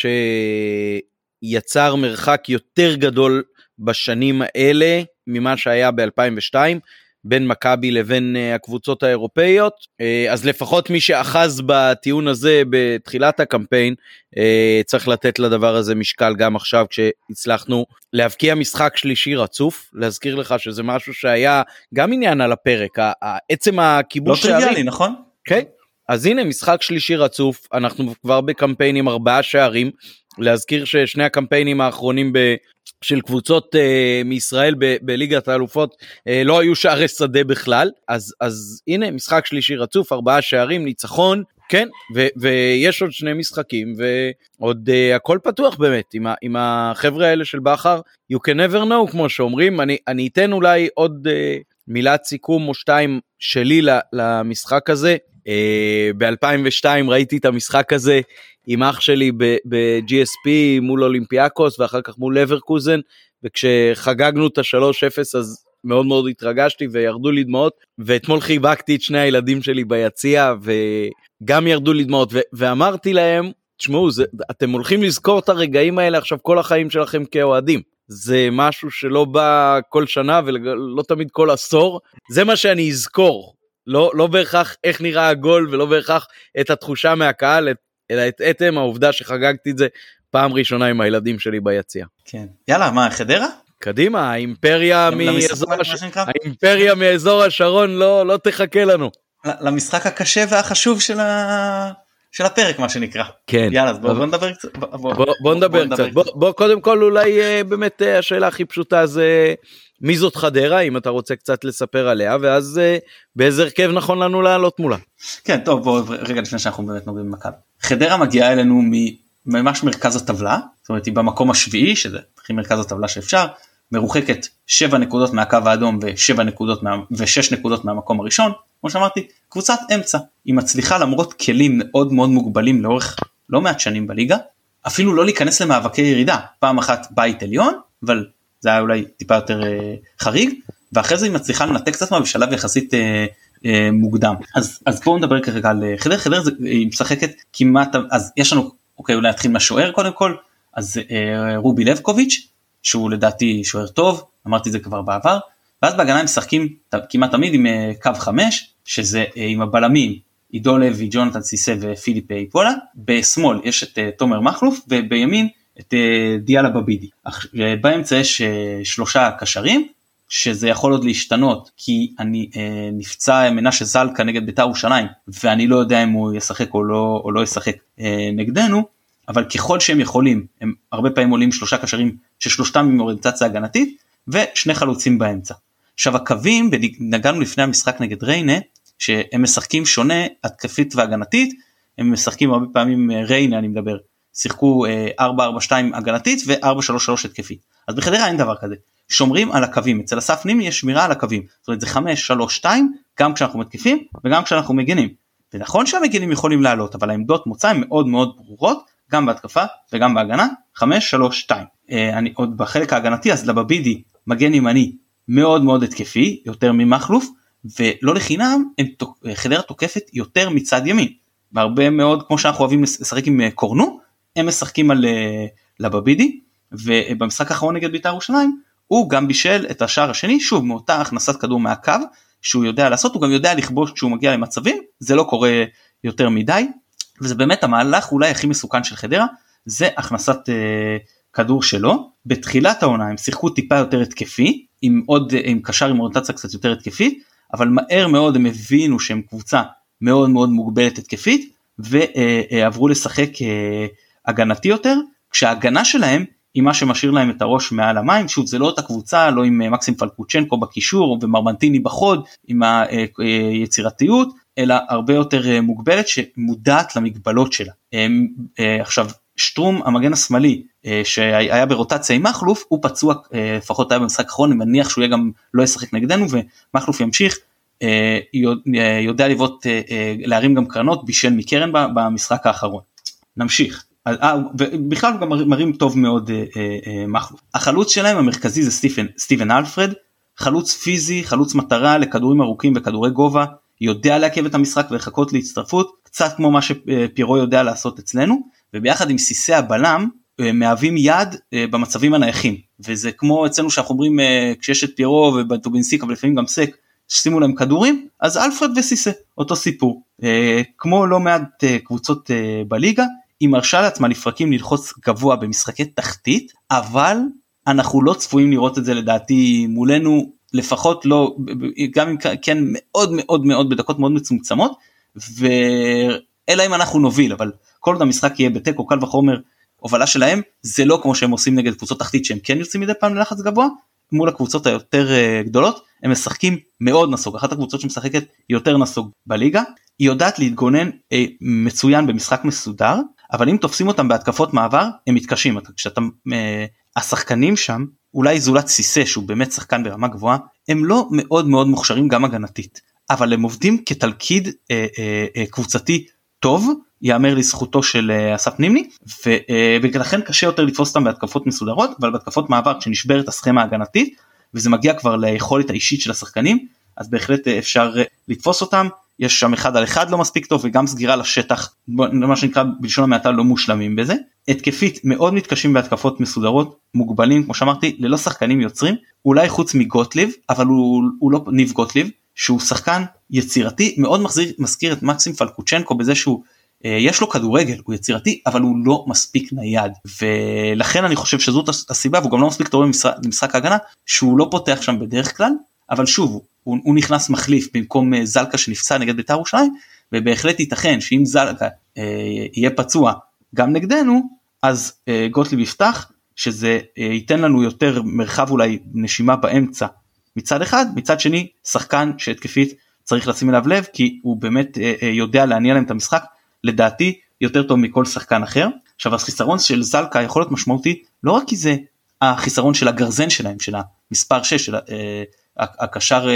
שיצר מרחק יותר גדול בשנים האלה, ממה שהיה ב-אלפיים ושתיים, בין מכבי לבין הקבוצות האירופאיות, אז לפחות מי שאחז בטיעון הזה בתחילת הקמפיין, צריך לתת לדבר הזה משקל גם עכשיו, כשהצלחנו להבקיע משחק שלישי רצוף, להזכיר לך שזה משהו שהיה גם עניין על הפרק, עצם הכיבוש שערים. לא טריוויאלי, נכון? כן, אז הנה משחק שלישי רצוף, אנחנו כבר בקמפיין עם ארבעה שערים, להזכיר ששני הקמפיינים האחרונים ב... של קבוצות uh, מישראל ב- בליגת האלופות uh, לא היו שערי שדה בכלל, אז, אז הנה משחק שלישי רצוף, ארבעה שערים, ניצחון, כן, ו- ויש עוד שני משחקים, ועוד uh, הכל פתוח באמת, עם, ה- עם החבר'ה האלה של בחר, you can never know כמו שאומרים, אני, אני אתן אולי עוד uh, מילת סיכום או שתיים שלי למשחק הזה, uh, ב-אלפיים ושתיים ראיתי את המשחק הזה, עם אח שלי ב-ג'י אס פי מול אולימפיאקוס, ואחר כך מול לברקוזן, וכשחגגנו את ה-שלוש אפס, אז מאוד מאוד התרגשתי, וירדו לי דמעות, ואתמול חיבקתי את שני הילדים שלי ביציע, וגם ירדו לי דמעות, ו- ואמרתי להם, תשמעו, זה, אתם הולכים לזכור את הרגעים האלה, עכשיו כל החיים שלכם כאוהדים, זה משהו שלא בא כל שנה, ולא תמיד כל עשור, זה מה שאני אזכור, לא, לא בהכרח איך נראה הגול, ולא בהכרח את התחושה מהקהל, את אלא את אתם העובדה שחגגתי את זה פעם ראשונה עם הילדים שלי ביציע. כן. יאללה, מה, חדרה? קדימה, האימפריה מאזור, הש... האימפריה מאזור השרון לא, לא תחכה לנו. למשחק הקשה והחשוב של, ה... של הפרק, מה שנקרא. כן. יאללה, אז בוא, בוא נדבר קצת. בוא, בוא, בוא, בוא נדבר בוא קצת. בוא, בוא קודם כל אולי באמת השאלה הכי פשוטה זה, מי זאת חדרה, אם אתה רוצה קצת לספר עליה, ואז באיזה הרכב נכון לנו לעלות מולה. כן, טוב, בוא רגע לפני שאנחנו באמת נוגעים במכבי. חדרה מגיעה אלינו ממש מרכז הטבלה, זאת אומרת היא במקום השביעי, שזה הכי מרכז הטבלה שאפשר, מרוחקת שבע נקודות מהקו האדום ושבע נקודות מה, ושש נקודות מהמקום הראשון, כמו שאמרתי, קבוצת אמצע, היא מצליחה למרות כלים מאוד מאוד מוגבלים לאורך לא מעט שנים בליגה, אפילו לא להיכנס למאבקי ירידה, פעם אחת בית עליון, אבל זה היה אולי טיפה יותר אה, חריג, ואחרי זה היא מצליחה לנתק קצת מה בשלב יחסית אה, אה, מוקדם. אז, אז בואו נדבר כרגע על חדר, חדר זה, היא משחקת כמעט, אז יש לנו, אוקיי, אולי נתחיל מהשוער קודם כל, אז אה, רובי לבקוביץ', שהוא לדעתי שוער טוב, אמרתי זה כבר בעבר, ואז בהגנה הם משחקים כמעט תמיד עם אה, קו חמש, שזה אה, עם הבלמים, עידו לוי, ג'ונתן סיסה ופיליפ איפולה, בשמאל יש את אה, תומר מחלוף, ובימין את דיאלה בבידי. באמצע יש שלושה קשרים, שזה יכול עוד להשתנות, כי אני אה, נפצע מנשה זלקה נגד בית"ר ירושלים, ואני לא יודע אם הוא ישחק או לא, או לא ישחק אה, נגדנו, אבל ככל שהם יכולים, הם הרבה פעמים עולים שלושה קשרים, ששלושתם עם אוריינטציה הגנתית, ושני חלוצים באמצע. עכשיו הקווים, נגענו לפני המשחק נגד ריינה, שהם משחקים שונה, התקפית והגנתית, הם משחקים הרבה פעמים, ריינה אני מדבר, שיחקו ארבע ארבע שתיים הגנתית, ו-ארבע שלוש שלוש התקפית. אז בחדרה אין דבר כזה. שומרים על הקווים, אצל אסף נימני יש שמירה על הקווים, זאת אומרת זה חמש שלוש שתיים, גם כשאנחנו מתקיפים וגם כשאנחנו מגנים, ונכון שהמגנים יכולים לעלות, אבל העמדות מוצא הן מאוד מאוד ברורות, גם בהתקפה וגם בהגנה, חמש שלוש שתיים. אני עוד בחלק ההגנתי, אז לבבידי, מגן ימני, מאוד מאוד התקפי, יותר ממחלוף, ולא לחינם, חדרה תוקפת יותר מצד ימין, והרבה מאוד, כמו שאנחנו אוהבים לשחק עם קורנו, הם משחקים על לבבידי, ובמשחק האחרון נגד בית"ר ירושלים, הוא גם בישל את השער השני, שוב מאותה הכנסת כדור מהקו, שהוא יודע לעשות, הוא גם יודע לכבוש כשהוא מגיע למצבים, זה לא קורה יותר מדי, וזה באמת המהלך אולי הכי מסוכן של חדרה, זה הכנסת אה, כדור שלו, בתחילת העונה הם שיחקו טיפה יותר התקפי, עם עוד, עם קשר עם אוריינטציה קצת יותר התקפית, אבל מהר מאוד הם הבינו שהם קבוצה מאוד מאוד מוגבלת התקפית, ועברו לשחק אה, הגנתי יותר, כשההגנה שלהם, עם מה שמשאיר להם את הראש מעל המים, שוב זה לא אותה קבוצה, לא עם מקסים פלקוצ'נקו בקישור, ומרמנטיני בחוד, עם היצירתיות, אלא הרבה יותר מוגבלת, שמודעת למגבלות שלה. עכשיו, שטרום, המגן השמאלי, שהיה ברוטציה עם מחלוף, הוא פצוע, לפחות היה במשחק האחרון, אני מניח שהוא גם לא ישחק נגדנו, ומחלוף ימשיך, יודע לבנות, להרים גם קרנות, בישל מקרן במשחק האחרון. נמשיך. ובכלל גם מראים טוב מאוד מחלוף. החלוץ שלהם המרכזי זה סטיבן, סטיבן אלפרד, חלוץ פיזי, חלוץ מטרה לכדורים ארוכים וכדורי גובה, יודע לעכב את המשחק ולחכות להצטרפות, קצת כמו מה שפירו יודע לעשות אצלנו, וביחד עם סיסי הבלם, מהווים יד במצבים הנייחים, וזה כמו אצלנו שאנחנו אומרים, כשיש את פירו ובטובינסik, אבל לפעמים גם סק, שימו להם כדורים, אז אלפרד וסיסי, אותו סיפור. כמו לא מעט קבוצות בליגה, היא מרשה לעצמה לפרקים ללחוץ גבוה במשחקי תחתית, אבל אנחנו לא צפויים לראות את זה לדעתי מולנו, לפחות לא, גם אם כן מאוד מאוד מאוד בדקות מאוד מצומצמות, אלא אם אנחנו נוביל, אבל כל עוד המשחק יהיה בתיקו קל וחומר, הובלה שלהם, זה לא כמו שהם עושים נגד קבוצות תחתית, שהם כן יוצאים מדי פעם ללחץ גבוה, מול הקבוצות היותר גדולות, הם משחקים מאוד נסוג, אחת הקבוצות שמשחקת יותר נסוג בליגה, היא יודעת להתגונן מצוין במשחק מסודר, אבל אם תופסים אותם בהתקפות מעבר, הם מתקשים. כשאתה, השחקנים שם, אולי זולת סיסי, שהוא באמת שחקן ברמה גבוהה, הם לא מאוד מאוד מוכשרים גם הגנתית, אבל הם עובדים כתלכיד אה, אה, אה, קבוצתי טוב, יאמר לזכותו של אה, אסף נימני, ו, אה, ולכן קשה יותר לתפוס אותם בהתקפות מסודרות, אבל בהתקפות מעבר, כשנשברת הסכמה הגנתית, וזה מגיע כבר ליכולת האישית של השחקנים, אז בהחלט אה, אפשר אה, לתפוס אותם, יש שם אחד על אחד לא מספיק טוב, וגם סגירה לשטח, מה שנקרא בלשון המעטה לא מושלמים בזה. התקפית מאוד מתקשים בהתקפות מסודרות, מוגבלים, כמו שאמרתי, ללא שחקנים יוצרים, אולי חוץ מגוטליב, אבל הוא, הוא לא ניב גוטליב, שהוא שחקן יצירתי, מאוד מחזיר, מזכיר את מקסים פלקוצ'נקו, בזה שהוא, אה, יש לו כדורגל, הוא יצירתי, אבל הוא לא מספיק נייד, ולכן אני חושב שזאת הסיבה, והוא גם לא מספיק טוב במשחק, במשחק ההגנה, שהוא לא פותח שם בדרך כלל, אבל שוב, הוא, הוא נכנס מחליף במקום זלקה שנפצע נגד בית"ר ירושלים, ובהחלט ייתכן שאם זלקה אה, יהיה פצוע גם נגדנו, אז אה, גוטליב יפתח, שזה אה, ייתן לנו יותר מרחב אולי נשימה באמצע מצד אחד, מצד שני שחקן שהתקפית צריך לשים אליו לב, כי הוא באמת אה, אה, יודע להניע להם את המשחק, לדעתי יותר טוב מכל שחקן אחר. עכשיו החיסרון של זלקה יכול להיות משמעותי, לא רק כי זה החיסרון של הגרזן שלהם, של המספר שש, של אה, הקשר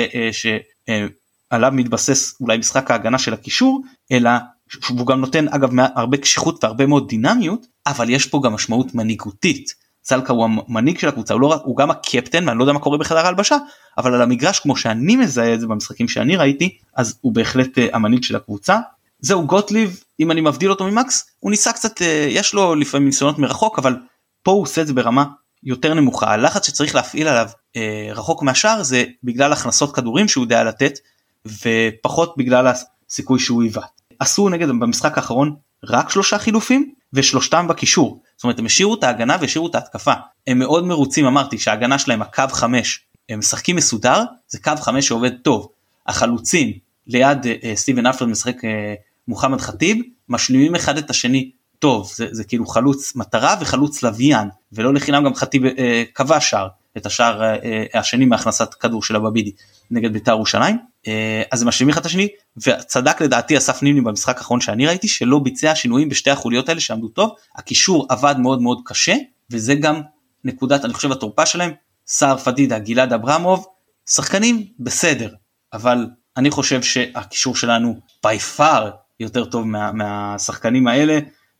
שעליו מתבסס אולי משחק ההגנה של הקישור, אלא שהוא גם נותן אגב הרבה קשיחות והרבה מאוד דינמיות, אבל יש פה גם משמעות מנהיגותית. זלקה הוא המנהיג של הקבוצה, הוא, לא, הוא גם הקפטן, ואני לא יודע מה קורה בחדר ההלבשה, אבל על המגרש כמו שאני מזהה את זה במשחקים שאני ראיתי, אז הוא בהחלט המנהיג של הקבוצה. זהו גוטליב, אם אני מבדיל אותו ממקס, הוא ניסה קצת, יש לו לפעמים ניסיונות מרחוק, אבל פה הוא עושה את זה ברמה יותר נמוכה. הלחץ שצריך להפעיל עליו אה, רחוק מהשאר זה בגלל הכנסות כדורים שהוא יודע לתת, ופחות בגלל הסיכוי שהוא יבט. עשו נגד במשחק האחרון רק שלושה חילופים, ושלושתם בקישור. זאת אומרת, הם השאירו את ההגנה והשאירו את ההתקפה. הם מאוד מרוצים, אמרתי, שההגנה שלהם, הקו חמש, הם משחקים מסודר, זה קו חמש שעובד טוב. החלוצים, ליד uh, סטיבן אלפרד משחק uh, מוחמד חטיב, משלימים אחד את השני טוב, זה, זה כאילו חלוץ מטרה וחלוץ לוויין, ולא לחינם גם חטיב uh, קבע שער, את השער uh, uh, השני מהכנסת כדור של הבבידי, נגד בית"ר ירושלים, uh, אז הם משלימים אחד את השני, וצדק לדעתי אסף נימני במשחק האחרון שאני ראיתי, שלא ביצע שינויים בשתי החוליות האלה שעמדו טוב, הקישור עבד מאוד מאוד קשה, וזה גם נקודת, אני חושב, התורפה שלהם, סער פדידה, גלעד אברמוב, שחקנים בסדר, אבל אני חושב שהקישור שלנו by far יותר טוב מה, מהשחקנים האלה,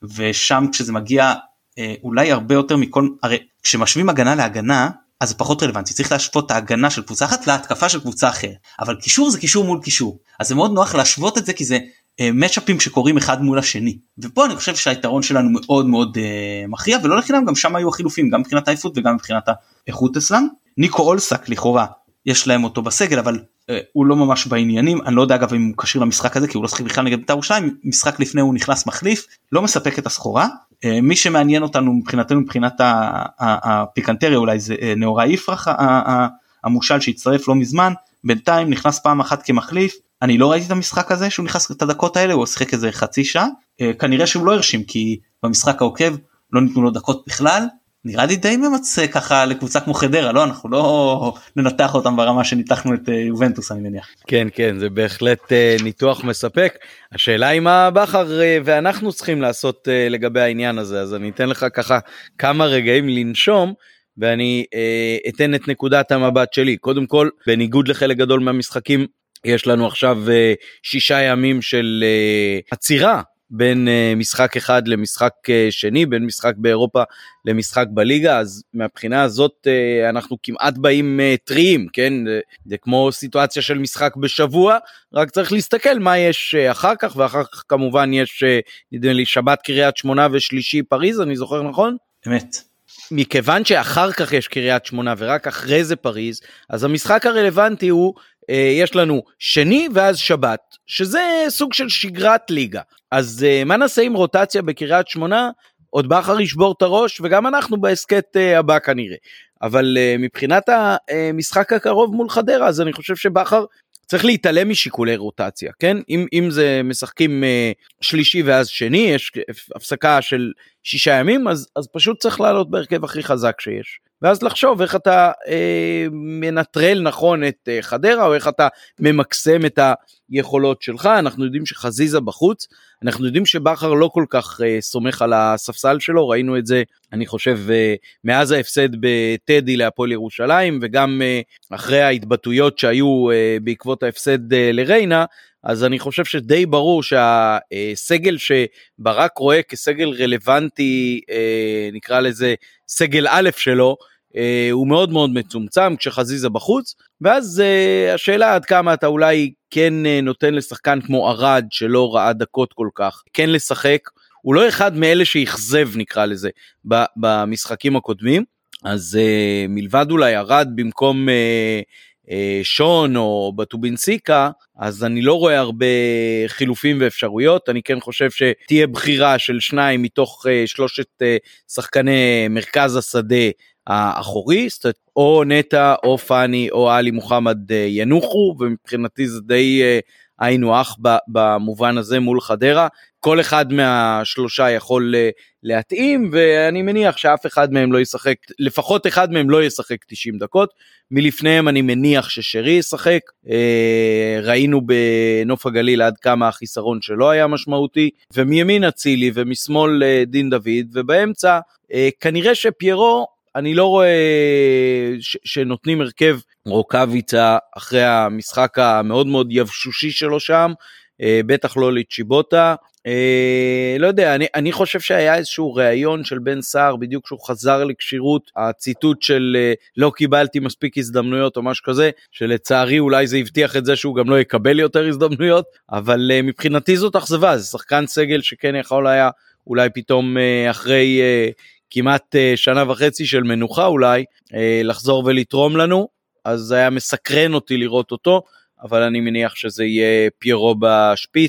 ושם כשזה מגיע אה, אולי הרבה יותר מכל, הרי כשמשווים הגנה להגנה, אז זה פחות רלוונטי, צריך להשוות את ההגנה של קבוצה אחת להתקפה של קבוצה אחרת, אבל קישור זה קישור מול קישור, אז זה מאוד נוח להשוות את זה, כי זה אה, מצ'אפים שקורים אחד מול השני, ופה אני חושב שהיתרון שלנו מאוד מאוד אה, מכריע, ולא לחינם, גם שם היו החילופים, גם מבחינת העייפות וגם מבחינת האיכות אצלם. ניקו אולסק לכאורה, יש להם אותו בסגל, אבל אה, הוא לא ממש בעניינים, אני לא יודע אגב אם הוא קשיר למשחק הזה, כי הוא לא שחק בכלל נגד בית"ר ירושלים, משחק לפני הוא נכנס מחליף, לא מספק את הסחורה, אה, מי שמעניין אותנו מבחינתנו, מבחינת הפיקנטריה אולי זה אה, נאורה יפרח, המושל שהצטרף לא מזמן, בינתיים נכנס פעם אחת כמחליף, אני לא ראיתי את המשחק הזה, שהוא נכנס את הדקות האלה, הוא שחק איזה חצי שעה, אה, כנראה שהוא לא הרשים, כי במשחק העוקב לא ניתנו לו דקות בכלל, נראה לי די ממצא ככה לקבוצה כמו חדרה, לא? אנחנו לא ננתח אותם ברמה שניתחנו את יובנטוס, אני מניח. כן, כן, זה בהחלט ניתוח מספק. השאלה היא מה בכר ואנחנו צריכים לעשות לגבי העניין הזה, אז אני אתן לך ככה כמה רגעים לנשום, ואני אתן את נקודת המבט שלי. קודם כל, בניגוד לחלק גדול מהמשחקים, יש לנו עכשיו שישה ימים של עצירה, בין משחק אחד למשחק שני, בין משחק באירופה למשחק בליגה, אז מהבחינה הזאת אנחנו כמעט באים טריים, כן? זה כמו סיטואציה של משחק בשבוע, רק צריך להסתכל מה יש אחר כך, ואחר כך כמובן יש, נדמה לי, שבת קריית שמונה ושלישי פריז, אני זוכר נכון? אמת. מכיוון שאחר כך יש קריית שמונה ורק אחרי זה פריז, אז המשחק הרלוונטי הוא, יש לנו שני ואז שבת, שזה סוג של שגרת ליגה. אז מה נעשה עם רוטציה בקריית שמונה? עוד בכר ישבור את הראש, וגם אנחנו בעסקת הבא כנראה. אבל מבחינת המשחק הקרוב מול חדרה, אז אני חושב שבכר צריך להתעלם משיקולי רוטציה, כן? אם, אם זה משחקים שלישי ואז שני, יש הפסקה של שישה ימים, אז, אז פשוט צריך לעלות בהרכב הכי חזק שיש. ואז לחשוב איך אתה אה, מנטרל נכון את אה, חדרה, או איך אתה ממקסם את היכולות שלך. אנחנו יודעים שחזיזה בחוץ, אנחנו יודעים שבכר לא כל כך אה, סומך על הספסל שלו, ראינו את זה, אני חושב, אה, מאז ההפסד בטדי להפועל ירושלים, וגם אה, אחרי ההתבטאויות שהיו אה, בעקבות ההפסד אה, לריינה, אז אני חושב שדי ברור שהסגל שברק רואה כסגל רלוונטי, נקרא לזה סגל א' שלו, הוא מאוד מאוד מצומצם כשחזיזה בחוץ, ואז השאלה עד כמה אתה אולי כן נותן לשחקן כמו ארד שלא ראה דקות כל כך, כן לשחק, הוא לא אחד מאלה שיחזב נקרא לזה במשחקים הקודמים, אז מלבד אולי ארד במקום שון או בטובינסיקה, אז אני לא רואה הרבה חילופים ואפשרויות, אני כן חושב שתהיה בחירה של שניים מתוך שלושת שחקני מרכז השדה האחורי, או נטה או פני או אלי מוחמד ינוחו, ומבחינתי זה די היינו אח במובן הזה מול חדרה, כל אחד מהשלושה יכול להתאים, ואני מניח שאף אחד מהם לא ישחק, לפחות אחד מהם לא ישחק תשעים דקות, מלפניהם אני מניח ששרי ישחק, ראינו בנוף הגליל עד כמה החיסרון שלו היה משמעותי, ומימין אצילי ומשמאל דין דוד, ובאמצע כנראה שפיירו, אני לא רואה ש- שנותנים הרכב רוקביצה אחרי המשחק המאוד מאוד יבשושי שלו שם, בטח לא לצ'יבוטה, לא יודע, אני, אני חושב שהיה איזשהו ראיון של בן סער, בדיוק שהוא חזר לקשירות, הציטוט של לא קיבלתי מספיק הזדמנויות או משהו כזה, שלצערי אולי זה הבטיח את זה שהוא גם לא יקבל יותר הזדמנויות, אבל מבחינתי זאת אכזבה, זה שחקן סגל שכן יכול היה אולי פתאום אחרי כמעט שנה וחצי של מנוחה אולי, לחזור ולתרום לנו, אז זה היה מסקרן אותי לראות אותו, אבל אני מניח שזה יהיה פיירו בשפיץ,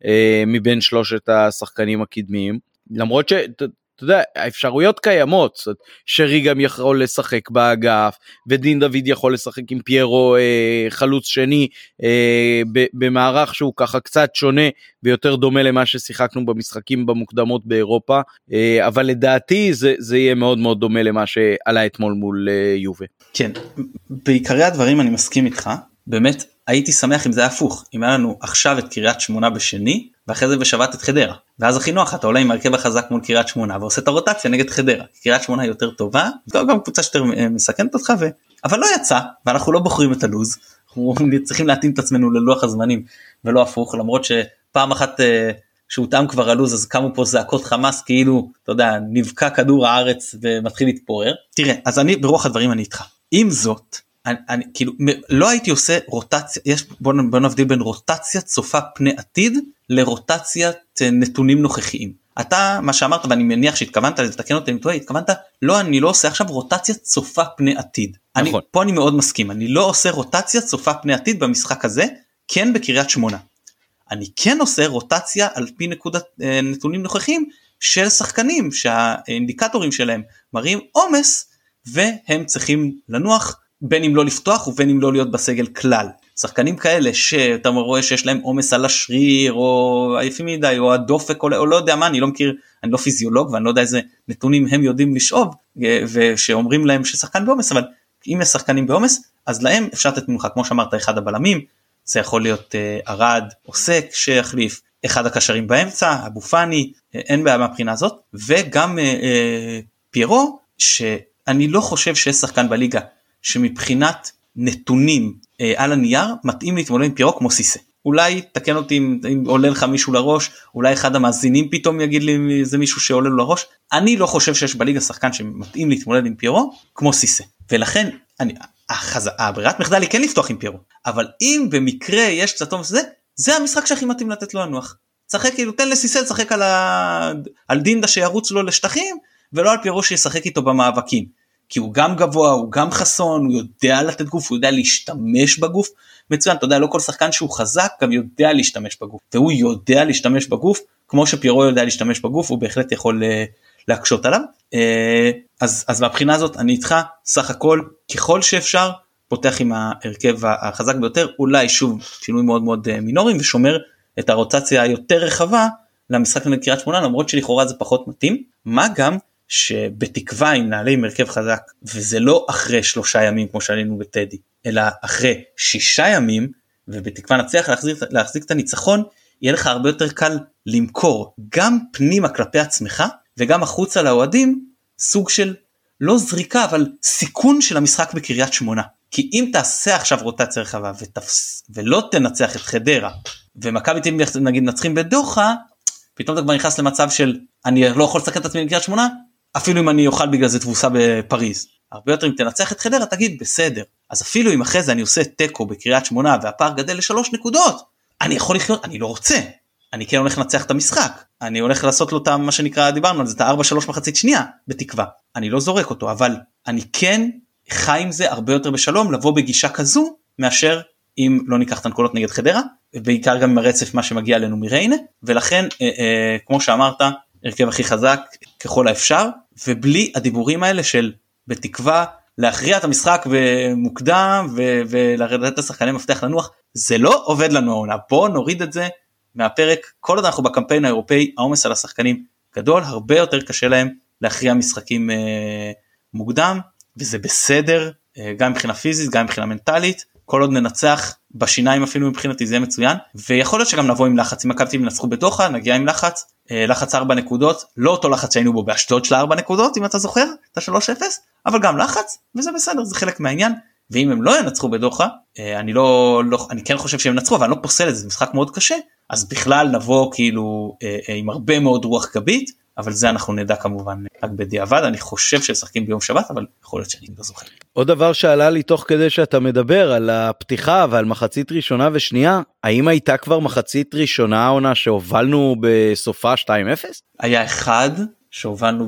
מבין שלושת השחקנים הקדמיים, למרות ש... אתה יודע, האפשרויות קיימות, שרי גם יכול לשחק באגף, ודין דוד יכול לשחק עם פיירו אה, חלוץ שני, אה, במערך שהוא ככה קצת שונה, ויותר דומה למה ששיחקנו במשחקים במוקדמות באירופה, אה, אבל לדעתי זה, זה יהיה מאוד מאוד דומה למה שעלה אתמול מול אה, יובה. כן, בעיקרי הדברים אני מסכים איתך, באמת הייתי שמח אם זה היה הפוך, אם היה לנו עכשיו את קריית שמונה בשני, ואחרי זה בשבת את חדרה, ואז הכי נוח, אתה עולה עם הרכב החזק מול קריית שמונה, ועושה את הרוטציה נגד חדרה, קריית שמונה יותר טובה, זו גם קבוצה שיותר מסכנת אותך, ו... אבל לא יצא, ואנחנו לא בוחרים את הלוז, אנחנו צריכים להתאים את עצמנו ללוח הזמנים, ולא הפוך, למרות שפעם אחת שהותם כבר הלוז, אז קמו פה זעקות חמאס, כאילו, אתה יודע, נבקע כדור הארץ, ומתחיל להתפורר. תראה, אז אני, ברוח הדברים אני איתך. עם זאת, אני, אני, כאילו, לא הייתי עושה רוטציה, יש, בוא, בוא נבדיל בין רוטציה צופה פני עתיד, לרוטציית נתונים נוכחיים. אתה, מה שאמרת, ואני מניח שהתכוונת, לתקן אותי אם טועה, התכוונת, לא, אני לא עושה עכשיו רוטציה צופה פני עתיד. נכון. אני, פה אני מאוד מסכים, אני לא עושה רוטציה צופה פני עתיד במשחק הזה, כן בקריית שמונה. אני כן עושה רוטציה על פי נקודת נתונים נוכחיים, של שחקנים, שהאינדיקטורים שלהם מראים עומס, והם צריכים לנוח, בין אם לא לפתוח ובין אם לא להיות בסגל כלל. שחקנים כאלה שאתה רואה שיש להם עומס על השריר או עייפים מדי או הדופק או, או לא יודע מה, אני לא מכיר, אני לא פיזיולוג ואני לא יודע איזה נתונים הם יודעים לשאוב ושאומרים להם ששחקן בעומס, אבל אם יש שחקנים בעומס אז להם אפשר לתת מנוחה, כמו שאמרת, אחד הבלמים, זה יכול להיות ארד או סק שיחליף, אחד הקשרים באמצע, אבו פני, אין בעיה מהבחינה הזאת, וגם אה, פיירו, שאני לא חושב שיש שחקן בליגה שמבחינת נתונים אה, על הנייר, מתאים להתמודד עם פיירו כמו סיסה. אולי תקן אותי אם, אם עולה לך מישהו לראש, אולי אחד המאזינים פתאום יגיד לי אם זה מישהו שעולה לו לראש, אני לא חושב שיש בליגה שחקן שמתאים להתמודד עם פיירו כמו סיסה. ולכן, אני, החז... הברירת מחדל היא כן לפתוח עם פיירו, אבל אם במקרה יש קצת עומס, זה, זה המשחק שהכי מתאים לתת לו לנוח. צחק, כאילו, תן לסיסה לשחק על, ה... על דינדה שירוץ לו לשטחים, ולא על פיירו שישחק איתו במאבקים. כי הוא גם גבוה, הוא גם חסון, הוא יודע לתת גוף, הוא יודע להשתמש בגוף, מצוין, אתה יודע, לא כל שחקן שהוא חזק, גם יודע להשתמש בגוף, והוא יודע להשתמש בגוף, כמו שפיירו יודע להשתמש בגוף, הוא בהחלט יכול להקשות עליו, אז, אז מהבחינה הזאת, אני איתך, סך הכל, ככל שאפשר, פותח עם ההרכב החזק ביותר, אולי שוב, שינוי מאוד מאוד מינוריים, ושומר את הרוטציה היותר רחבה, למשחק נגד קריית שמונה, למרות שלכאורה זה פחות מתאים, מה גם שבתקווה אם נעלה עם הרכב חזק, וזה לא אחרי שלושה ימים כמו שעלינו בטדי, אלא אחרי שישה ימים, ובתקווה נצליח להחזיק, להחזיק את הניצחון, יהיה לך הרבה יותר קל למכור, גם פנימה כלפי עצמך, וגם החוצה לאוהדים, סוג של לא זריקה, אבל סיכון של המשחק בקריית שמונה. כי אם תעשה עכשיו רוטציה רחבה, ותפס, ולא תנצח את חדרה, ומכבי תל אביב נגיד נצחים בדוחה, פתאום אתה כבר נכנס למצב של, אני לא יכול לסכן את עצמי בקריית שמונה, אפילו אם אני אוכל בגלל זה תבוסה בפריז. הרבה יותר אם תנצח את חדרה, תגיד, בסדר. אז אפילו אם אחרי זה אני עושה טקו בקריית שמונה, והפער גדל לשלוש נקודות, אני יכול לחיות, אני לא רוצה. אני כן הולך לנצח את המשחק. אני הולך לעשות לו את מה שנקרא, דיברנו על זה, את ה-ארבע שלוש מחצית שנייה, בתקווה. אני לא זורק אותו, אבל אני כן חי עם זה הרבה יותר בשלום, לבוא בגישה כזו, מאשר אם לא ניקח את הנקודות נגד חדרה, ובעיקר גם עם הרצף מה שמגיע אלינו מריינה, ולכן, אה, אה, כמו שאמרת, הרכב הכי חזק ככל האפשר, ובלי הדיבורים האלה של בתקווה, להכריע את המשחק במוקדם, ולרדת את השחקני מפתח לנוח, זה לא עובד לנו העונה, בוא נוריד את זה מהפרק, כל עוד אנחנו בקמפיין האירופאי, העומס על השחקנים גדול, הרבה יותר קשה להם להכריע משחקים אה, מוקדם, וזה בסדר, אה, גם מבחינה פיזית, גם מבחינה מנטלית, כל עוד ננצח בשיניים אפילו מבחינתי זה מצוין, ויכול להיות שגם נבוא עם לחץ, אם מכבי תל אביב ינצחו בדוחה, נגיע עם לחץ, לחץ ארבע נקודות, לא אותו לחץ שהיינו בו באשדוד של ארבע נקודות, אם אתה זוכר, את ה-שלוש אפס, אבל גם לחץ, וזה בסדר, זה חלק מהעניין, ואם הם לא ינצחו בדוחה, אני לא, לא, אני כן חושב שהם נצחו, אבל אני לא פוסל את זה, זה משחק מאוד קשה, אז בכלל נבוא כאילו עם הרבה מאוד רוח גבית, אבל זה אנחנו נדע כמובן רק בדיעבד, אני חושב ששחקים ביום שבת, אבל יכול להיות שאני לא זוכר. עוד דבר שעלה לי תוך כדי שאתה מדבר על הפתיחה ועל מחצית ראשונה ושנייה, האם הייתה כבר מחצית ראשונה עונה שהובלנו בסופה שתיים אפס? היה אחד שהובלנו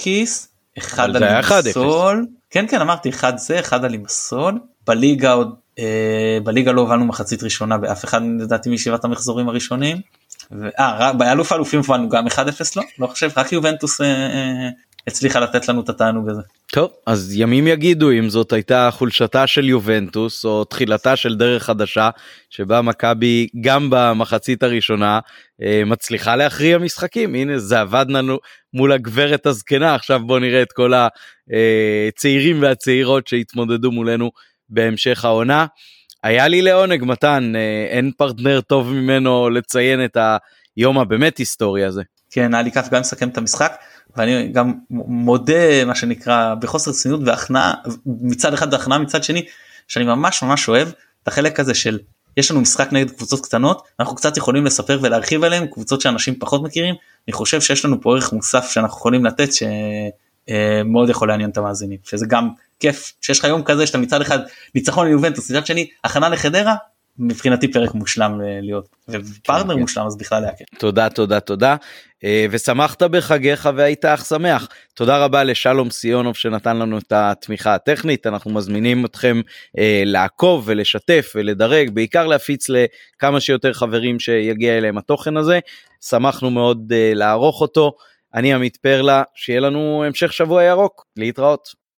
בקריסקקיס, אחד על לימסול, כן כן אמרתי אחד זה, אחד על לימסול, בליגה עוד בליגה לא הובלנו מחצית ראשונה באף אחד לדעתי משבעת המחזורים הראשונים, אה, באלוף האלופים הובלנו גם אחד אפס, לא, לא חושב, רק יובנטוס הצליחה לתת לנו את התענוג הזה. טוב, אז ימים יגידו אם זאת הייתה חולשתה של יובנטוס או תחילתה של דרך חדשה, שבה מכבי גם במחצית הראשונה מצליחה להכריע משחקים. הנה זה עבד לנו מול הגברת הזקנה, עכשיו בוא נראה את כל הצעירים והצעירות שהתמודדו מולנו בהמשך העונה. היה לי לעונג מתן, אין פרטנר טוב ממנו לציין את היום הבאמת היסטורי הזה. כן, היה לי כיף גם לסכם את המשחק, ואני גם מודה מה שנקרא בחוסר רצינות והכנעה, מצד אחד והכנעה מצד שני, שאני ממש ממש אוהב את החלק הזה של, יש לנו משחק נגד קבוצות קטנות, אנחנו קצת יכולים לספר ולהרחיב עליהם, קבוצות שאנשים פחות מכירים, אני חושב שיש לנו פה ערך מוסף שאנחנו יכולים לתת, שמאוד יכול לעניין את המאזינים, שזה גם כיף, שיש לך יום כזה שאתה מצד אחד ניצחון ליובנטוס, מצד שני הכנה לחדרה, מבחינתי פרק מושלם להיות, ופרטנר מושלם אז בכלל להכיר. תודה, תודה, תודה, ושמחת בחגיך והיית אך שמח. תודה רבה לשלום סיונוב שנתן לנו את התמיכה הטכנית, אנחנו מזמינים אתכם לעקוב ולשתף ולדרג, בעיקר להפיץ לכמה שיותר חברים שיגיע אליהם התוכן הזה, שמחנו מאוד לערוך אותו, אני עמית פרלה, שיהיה לנו המשך שבוע ירוק, להתראות.